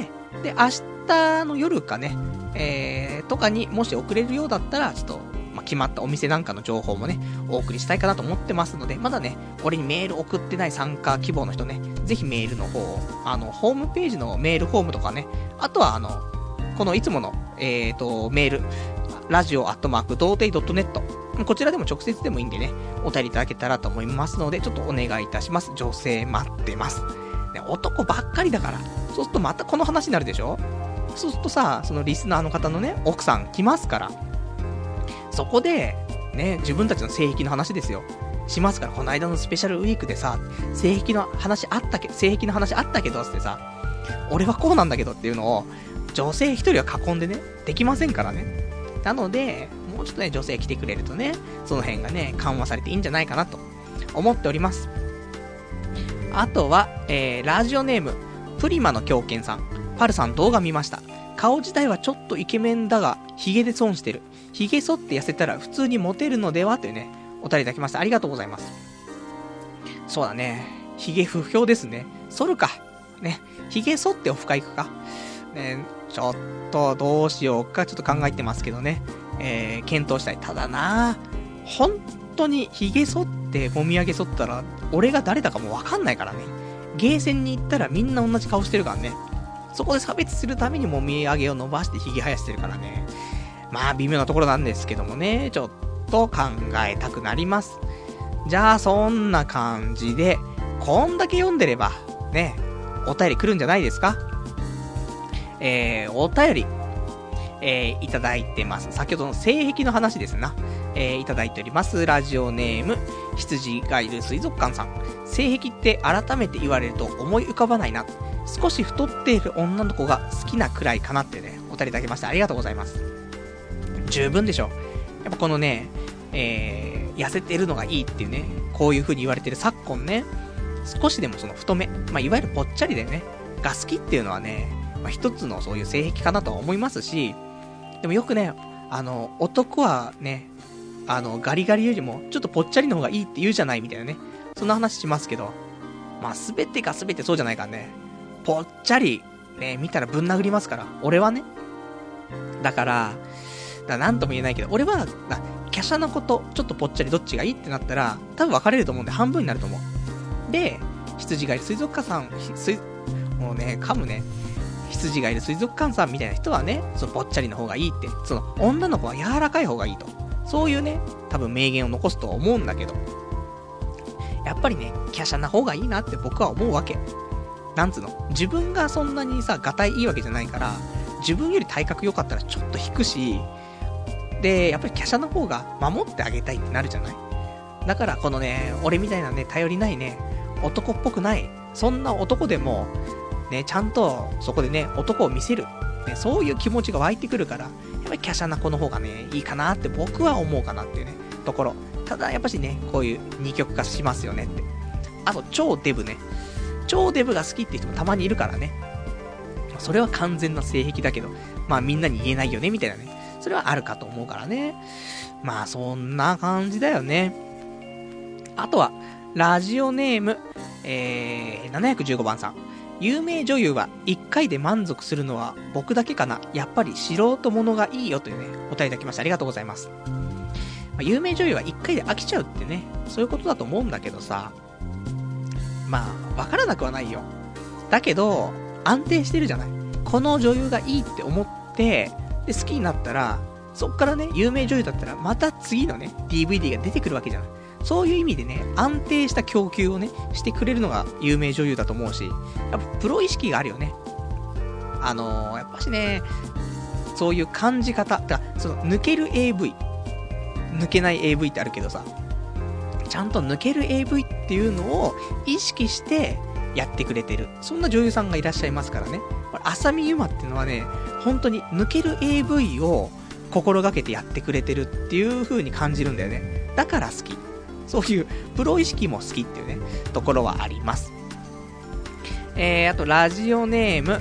Speaker 1: で、明日の夜かね、とかにもし送れるようだったら、ちょっと、決まったお店なんかの情報もね、お送りしたいかなと思ってますので、まだね、俺にメール送ってない参加希望の人ね、ぜひメールの方を、ホームページのメールフォームとかね、あとはこのいつもの、メール、radio@doutei.net、こちらでも直接でもいいんでね、お便りいただけたらと思いますので、ちょっとお願いいたします。女性待ってます。ね、男ばっかりだから、そうするとまたこの話になるでしょ？そうするとさ、そのリスナーの方のね、奥さん来ますから、そこで、ね、自分たちの性癖の話ですよ。しますから、この間のスペシャルウィークでさ、性癖の話あったけど、ってさ、俺はこうなんだけどっていうのを、女性一人は囲んでね、できませんからね。なので、もうちょっとね、女性来てくれるとね、その辺がね、緩和されていいんじゃないかなと思っております。あとは、ラジオネーム、プリマの狂犬さん。パルさん動画見ました。顔自体はちょっとイケメンだが、ヒゲで損してる。ヒゲ剃って痩せたら普通にモテるのではというね、お便りいただきました。ありがとうございます。そうだね。ヒゲ不評ですね。剃るか。ね。ヒゲ剃ってオフ会行くか。ね。ちょっとどうしようか。ちょっと考えてますけどね。検討したい。ただな、本当にヒゲ剃ってもみあげ剃ったら、俺が誰だかもわかんないからね。ゲーセンに行ったらみんな同じ顔してるからね。そこで差別するためにもみあげを伸ばしてヒゲ生やしてるからね。まあ微妙なところなんですけどもね、ちょっと考えたくなります。じゃあそんな感じで、こんだけ読んでればね、お便り来るんじゃないですか。お便り、いただいてます。先ほどの性癖の話ですな。いただいております。ラジオネーム羊がいる水族館さん。性癖って改めて言われると思い浮かばないな。少し太っている女の子が好きなくらいかなってね、お便りいただきました。ありがとうございます。十分でしょ。やっぱこのね、痩せてるのがいいっていうね、こういう風に言われてる昨今ね、少しでもその太め、いわゆるぽっちゃりでね、が好きっていうのはね、一つのそういう性癖かなとは思いますし、でもよくね、男はね、ガリガリよりもちょっとぽっちゃりの方がいいって言うじゃないみたいなね、そんな話しますけど、全てが全てそうじゃないからね、ぽっちゃりね、見たらぶん殴りますから、俺はね。だからなんとも言えないけど、俺は華奢なこと、ちょっとぽっちゃりどっちがいいってなったら、多分分かれると思うんで半分になると思う。で、羊がいる水族館さん、もうね、噛むね。 羊がいる水族館さんみたいな人はね、そのぽっちゃりの方がいいって、その女の子は柔らかい方がいいと。そういうね、多分名言を残すと思うんだけど、やっぱりね、華奢な方がいいなって僕は思うわけ。なんつうの、自分がそんなにさ、がたいいいわけじゃないから、自分より体格良かったらちょっと引くし、で、やっぱり華奢な方が守ってあげたいってなるじゃない。だからこのね、俺みたいなね、頼りないね、男っぽくない、そんな男でも、ね、ちゃんとそこでね、男を見せる、ね、そういう気持ちが湧いてくるから、やっぱり華奢な子の方がね、いいかなって僕は思うかなっていうね、ところ。ただやっぱしね、こういう二極化しますよねって。あと、超デブね。超デブが好きって人もたまにいるからね。それは完全な性癖だけど、まあみんなに言えないよね、みたいなね。それはあるかと思うからね。まあそんな感じだよね。あとは、ラジオネーム、715番さん。有名女優は1回で満足するのは僕だけかな。やっぱり素人ものがいいよというね、お便りいただきました。ありがとうございます。まあ、有名女優は1回で飽きちゃうってね、そういうことだと思うんだけどさ、まあ、わからなくはないよ。だけど、安定してるじゃない。この女優がいいって思って、で、好きになったら、そっからね、有名女優だったら、また次のね、DVD が出てくるわけじゃない。そういう意味でね、安定した供給をね、してくれるのが有名女優だと思うし、やっぱプロ意識があるよね。やっぱしね、そういう感じ方、だからその抜ける AV、抜けない AV ってあるけどさ、ちゃんと抜ける AV っていうのを意識してやってくれてる。そんな女優さんがいらっしゃいますからね。浅見ゆまっていうのはね、本当に抜ける AV を心がけてやってくれてるっていう風に感じるんだよね。だから好き。そういうプロ意識も好きっていうね、ところはあります。あと、ラジオネーム、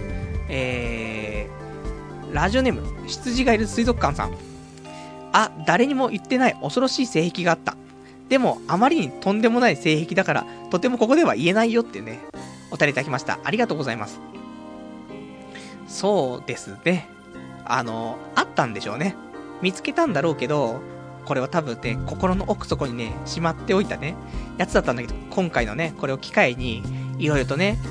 Speaker 1: 羊がいる水族館さん。あ、誰にも言ってない恐ろしい性癖があった。でも、あまりにとんでもない性癖だから、とてもここでは言えないよっていうね、お便りいただきました。ありがとうございます。そうですね。あったんでしょうね。見つけたんだろうけど、これは多分ね、心の奥底にね、しまっておいたね、やつだったんだけど、今回のね、これを機会に、いろいろとね、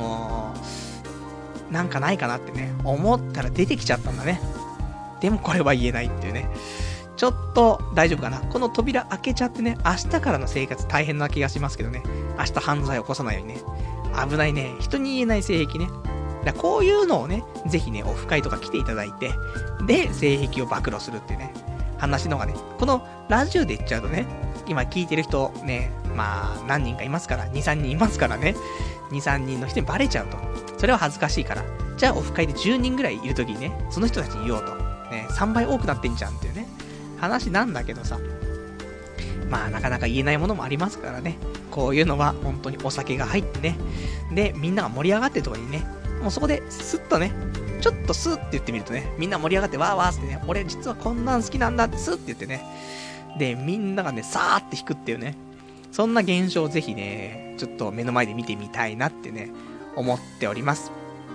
Speaker 1: なんかないかなってね、思ったら出てきちゃったんだね。でもこれは言えないっていうね。ちょっと大丈夫かな。この扉開けちゃってね、明日からの生活大変な気がしますけどね。明日犯罪を起こさないようにね。危ないね。人に言えない性癖ね。だこういうのをね、ぜひね、オフ会とか来ていただいて、で、性癖を暴露するっていうね、話のがね、このラジオで言っちゃうとね、今聞いてる人ね、まあ、何人かいますから、2、3人いますからね、2、3人の人にバレちゃうと。それは恥ずかしいから。じゃあオフ会で10人ぐらいいるときにね、その人たちに言おうと。ね、3倍多くなってんじゃんっていうね、話なんだけどさ。まあ、なかなか言えないものもありますからね。こういうのは本当にお酒が入ってね。で、みんなが盛り上がってるところにね、もうそこでスッとね、ちょっとスーって言ってみるとね、みんな盛り上がってわーわーってね、俺実はこんなん好きなんだってスーって言ってね。で、みんながね、さーって引くっていうね。そんな現象をぜひね、ちょっと目の前で見てみたいなってね、思っております。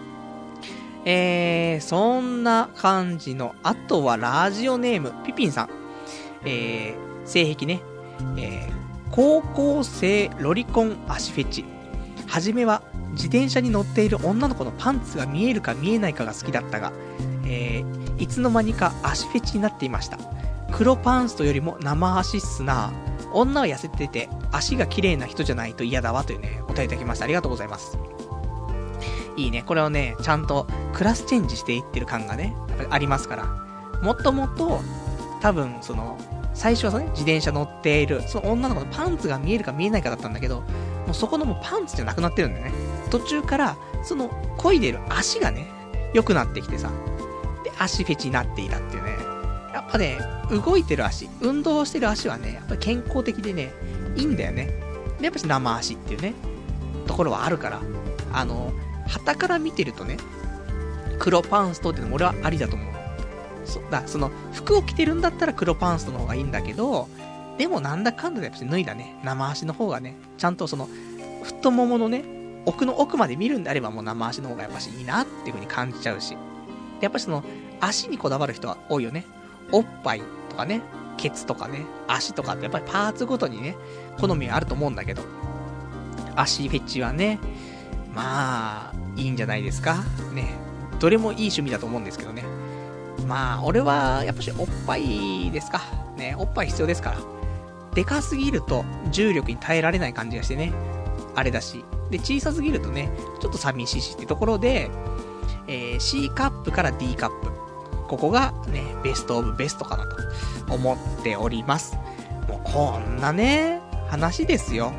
Speaker 1: そんな感じの、あとはラジオネーム、ピピンさん。性癖ね。高校生ロリコン足フェチ。はじめは自転車に乗っている女の子のパンツが見えるか見えないかが好きだったが、いつの間にか足フェチになっていました。黒パンツとよりも生足っすな。女は痩せてて足が綺麗な人じゃないと嫌だわというね、お便りいただきました。ありがとうございます。いいね。これをね、ちゃんとクラスチェンジしていってる感がね、やっぱりありますから。もっともっと、多分、最初はね、自転車乗っている、その女の子のパンツが見えるか見えないかだったんだけど、もうそこのもうパンツじゃなくなってるんだよね。途中から、漕いでる足がね、良くなってきてさ、で、足フェチになっていたっていうね。やっぱね、動いてる足、運動してる足はね、やっぱり健康的でね、いいんだよね。で、やっぱし生足っていうね、ところはあるから、旗から見てるとね、黒パンストっていうのも俺はありだと思う。服を着てるんだったら黒パンストの方がいいんだけど、でもなんだかんだでやっぱ脱いだね、生足の方がね、ちゃんと太もものね、奥の奥まで見るんであればもう生足の方がやっぱしいいなっていう風に感じちゃうし。でやっぱし足にこだわる人は多いよね。おっぱいとかね、ケツとかね、足とかってやっぱりパーツごとにね、好みがあると思うんだけど、足フェチはね、まあ、いいんじゃないですかね。 どれもいい趣味だと思うんですけどね。まあ、俺は、やっぱしおっぱいですか。ね、おっぱい必要ですから。でかすぎると重力に耐えられない感じがしてね。あれだし。で、小さすぎるとね、ちょっと寂しいしってところで、C カップから D カップ。ここがね、ベストオブベストかなと思っております。もうこんなね、話ですよ。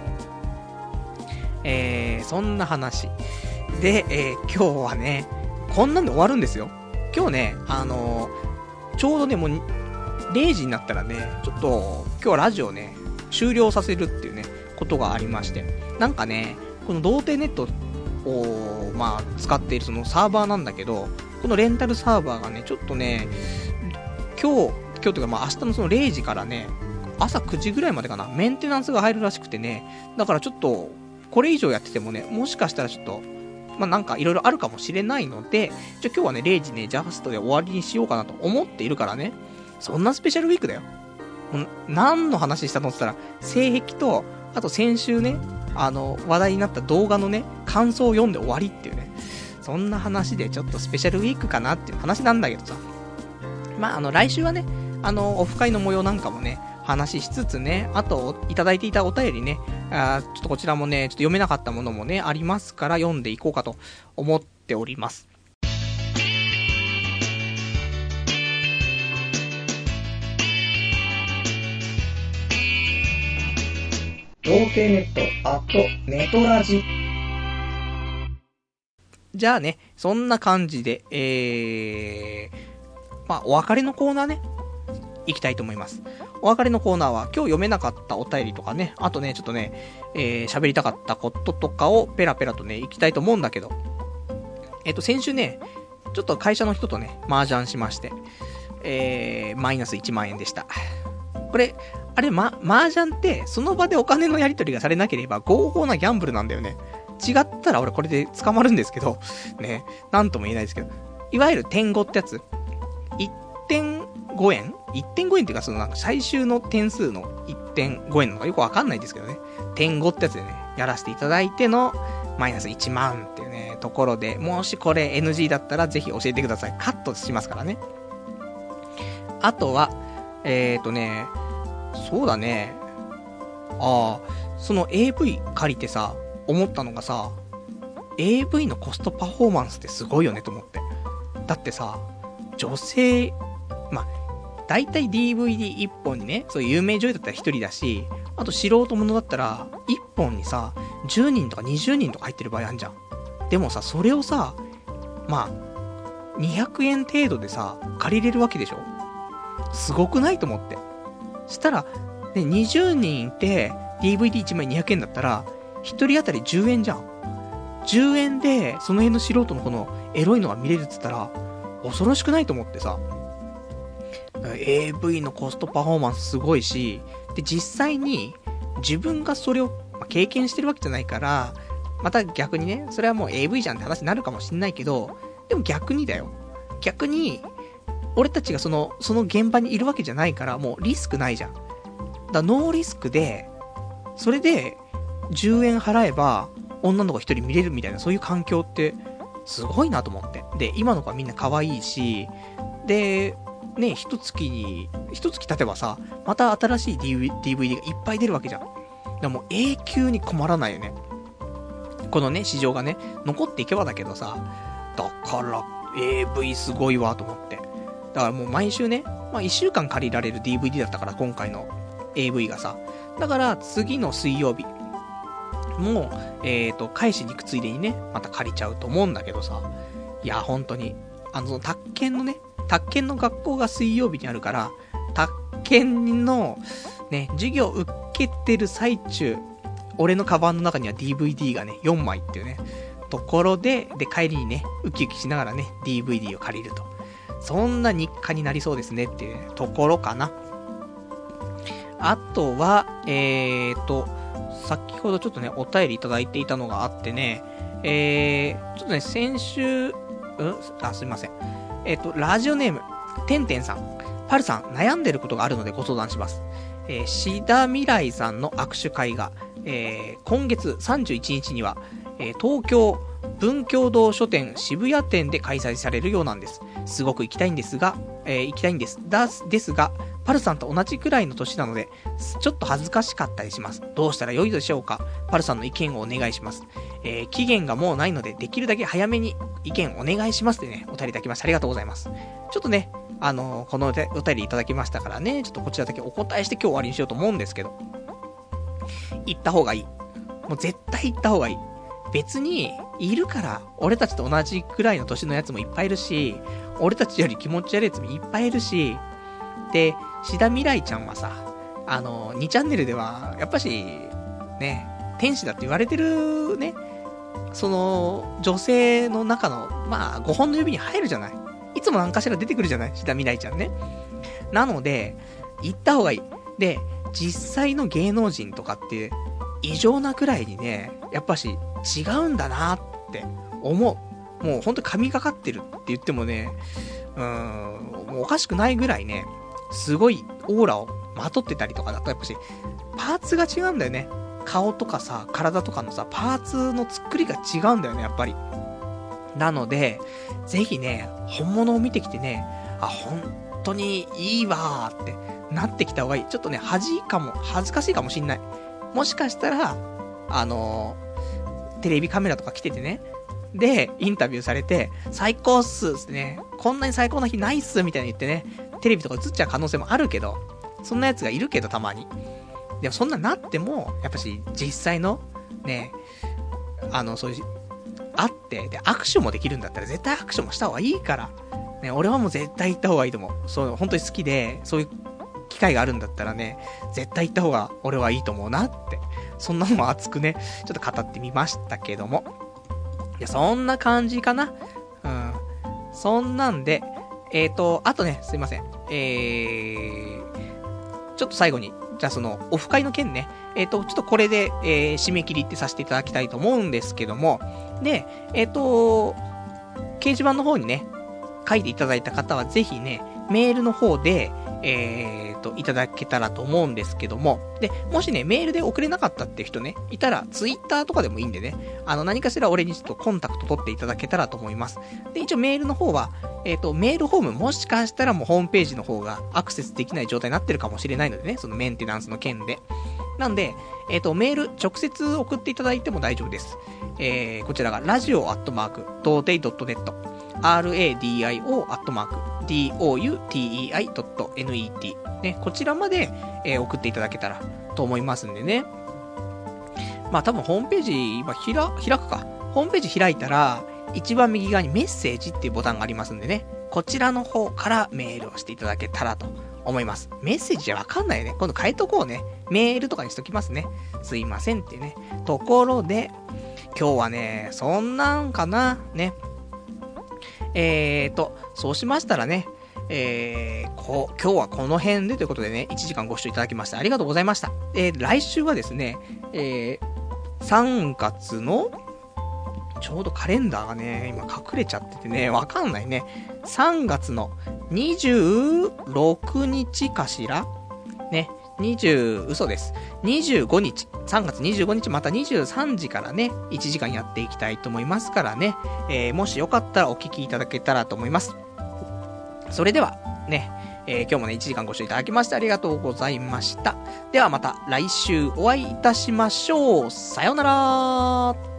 Speaker 1: そんな話。で、今日はね、こんなんで終わるんですよ。今日ね、ちょうどね、もう、0時になったらね、ちょっと、今日はラジオね、終了させるっていうね、ことがありまして。なんかね、この童貞ネットを、まあ、使っているそのサーバーなんだけど、このレンタルサーバーがね、ちょっとね、今日というかまあ明日のその0時からね、朝9時ぐらいまでかな、メンテナンスが入るらしくてね、だからちょっと、これ以上やっててもね、もしかしたらちょっと、まあなんかいろいろあるかもしれないので、今日はね、0時ね、ジャストで終わりにしようかなと思っているからね、そんなスペシャルウィークだよ。何の話したのって言ったら、性癖と、あと先週ね、話題になった動画のね、感想を読んで終わりっていうね、そんな話でちょっとスペシャルウィークかなっていう話なんだけどさ。まあ、来週はね、オフ会の模様なんかもね、話しつつね、あと、いただいていたお便りね、ちょっとこちらもね、ちょっと読めなかったものもね、ありますから読んでいこうかと思っております。童貞ネット、ネトラジ。じゃあね、そんな感じで、まあ、お別れのコーナーね、行きたいと思います。お別れのコーナーは、今日読めなかったお便りとかね、あとね、ちょっとね、喋りたかったこととかをペラペラとね、行きたいと思うんだけど、先週ね、ちょっと会社の人とね、麻雀しまして、マイナス1万円でした。これ、あれ、麻雀って、その場でお金のやり取りがされなければ合法なギャンブルなんだよね。違ったら俺これで捕まるんですけど、ね、なんとも言えないですけど、いわゆる点5ってやつ、1.5 円 ?1.5 円っていうか、そのなんか最終の点数の 1.5 円のかよくわかんないですけどね、点5ってやつでね、やらせていただいての、マイナス1万っていうね、ところで、もしこれ NG だったらぜひ教えてください。カットしますからね。あとは、そうだね。その AV 借りてさ、思ったのがさ、AV のコストパフォーマンスってすごいよねと思って。だってさ、女性、まあ、大体 DVD1 本にね、そういう有名女優だったら1人だし、あと素人ものだったら、1本にさ、10人とか20人とか入ってる場合あるじゃん。でもさ、それをさ、まあ、200円程度でさ、借りれるわけでしょ？すごくないと思って。したら、ね、20人いて、DVD1 枚200円だったら、1人当たり10円じゃん。10円で、その辺の素人のこの、エロいのが見れるっつったら、恐ろしくないと思ってさ。AV のコストパフォーマンスすごいし、で、実際に、自分がそれを、経験してるわけじゃないから、また逆にね、それはもう AV じゃんって話になるかもしんないけど、でも逆にだよ。逆に、俺たちがその現場にいるわけじゃないから、もうリスクないじゃん。ノーリスクで、それで、10円払えば、女の子一人見れるみたいな、そういう環境って、すごいなと思って。で、今の子はみんな可愛いし、で、ね、一月経てばさ、また新しい DVD がいっぱい出るわけじゃん。だからもう永久に困らないよね。このね、市場がね、残っていけばだけどさ、だから、AV すごいわと思って。だからもう毎週ね、まあ1週間借りられる DVD だったから、今回の AV がさ。だから次の水曜日もう、返しに行くついでにね、また借りちゃうと思うんだけどさ。いや、本当に。その宅建の学校が水曜日にあるから、宅建のね、授業受けてる最中、俺のカバンの中には DVD がね、4枚っていうね、ところで、帰りにね、ウキウキしながらね、DVD を借りると。そんな日課になりそうですねっていう、ね、ところかな。あとは、先ほどちょっとね、お便りいただいていたのがあってね、ちょっとね、先週、すいません。ラジオネーム、てんてんさん。パルさん、悩んでることがあるのでご相談します。志田未来さんの握手会が、今月31日には、東京文教堂書店渋谷店で開催されるようなんです。すごく行きたいんですが、ですが、パルさんと同じくらいの年なので、ちょっと恥ずかしかったりします。どうしたらよいでしょうか。パルさんの意見をお願いします。期限がもうないので、できるだけ早めに意見お願いしますってね、お便りいただきました。ありがとうございます。ちょっとね、このお便りいただきましたからね、ちょっとこちらだけお答えして今日終わりにしようと思うんですけど、行った方がいい。もう絶対行った方がいい。別に、いるから、俺たちと同じくらいの年のやつもいっぱいいるし、俺たちより気持ち悪いやつもいっぱいいるし、で、志田未来ちゃんはさ、2チャンネルでは、やっぱし、ね、天使だって言われてるね、その、女性の中の、まあ、5本の指に入るじゃない。いつも何かしら出てくるじゃない、志田未来ちゃんね。なので、行った方がいい。で、実際の芸能人とかって、異常なくらいにね、やっぱし、違うんだなって思う。もうほんと神がかってるって言ってもね、もうおかしくないぐらいね、すごいオーラをまとってたりとかだとやっぱし、パーツが違うんだよね。顔とかさ、体とかのさ、パーツの作りが違うんだよね、やっぱり。なので、ぜひね、本物を見てきてね、あ、本当にいいわーってなってきた方がいい。ちょっとね、恥ずかしいかもしんない。もしかしたら、テレビカメラとか来ててね、で、インタビューされて、最高っすってね、こんなに最高な日ないっすみたいに言ってね、テレビとか映っちゃう可能性もあるけど、そんなやつがいるけどたまに。でもそんななっても、やっぱし実際の、ね、そういう、会って、で、握手もできるんだったら絶対握手もした方がいいから、ね、俺はもう絶対行った方がいいと思う。そう、本当に好きで、そういう機会があるんだったらね、絶対行った方が俺はいいと思うなって。そんなのも熱くね、ちょっと語ってみましたけども。いや、そんな感じかな。うん。そんなんで、あとね、すいません。ちょっと最後に、じゃあその、オフ会の件ね、ちょっとこれで、締め切りってさせていただきたいと思うんですけども、で、掲示板の方にね、書いていただいた方はぜひね、メールの方で、いただけたらと思うんですけども、で、もしね、メールで送れなかったっていう人ね、いたら、ツイッターとかでもいいんでね、何かしら俺にちょっとコンタクト取っていただけたらと思います。で、一応メールの方は、メールフォームもしかしたらもうホームページの方がアクセスできない状態になってるかもしれないのでね、そのメンテナンスの件で。なんで、メール直接送っていただいても大丈夫です。こちらが、radio@doutei.net radio@doutei.net ね、こちらまで、送っていただけたらと思いますんでね。まあ多分ホームページ、今開くか。ホームページ開いたら、一番右側にメッセージっていうボタンがありますんでね。こちらの方からメールをしていただけたらと思います。メッセージじゃわかんないよね。今度変えとこうね。メールとかにしときますね。すいませんってね。ところで、今日はね、そんなんかな。ね。そうしましたらね、今日はこの辺でということでね、1時間ご視聴いただきましてありがとうございました。来週はですね、3月の、ちょうどカレンダーがね、今隠れちゃっててね、わかんないね。3月の26日かしらね、嘘です。25日、3月25日また23時からね、1時間やっていきたいと思いますからね、もしよかったらお聞きいただけたらと思います。それでは、ね、今日もね、1時間ご視聴いただきましてありがとうございました。ではまた来週お会いいたしましょう。さようなら。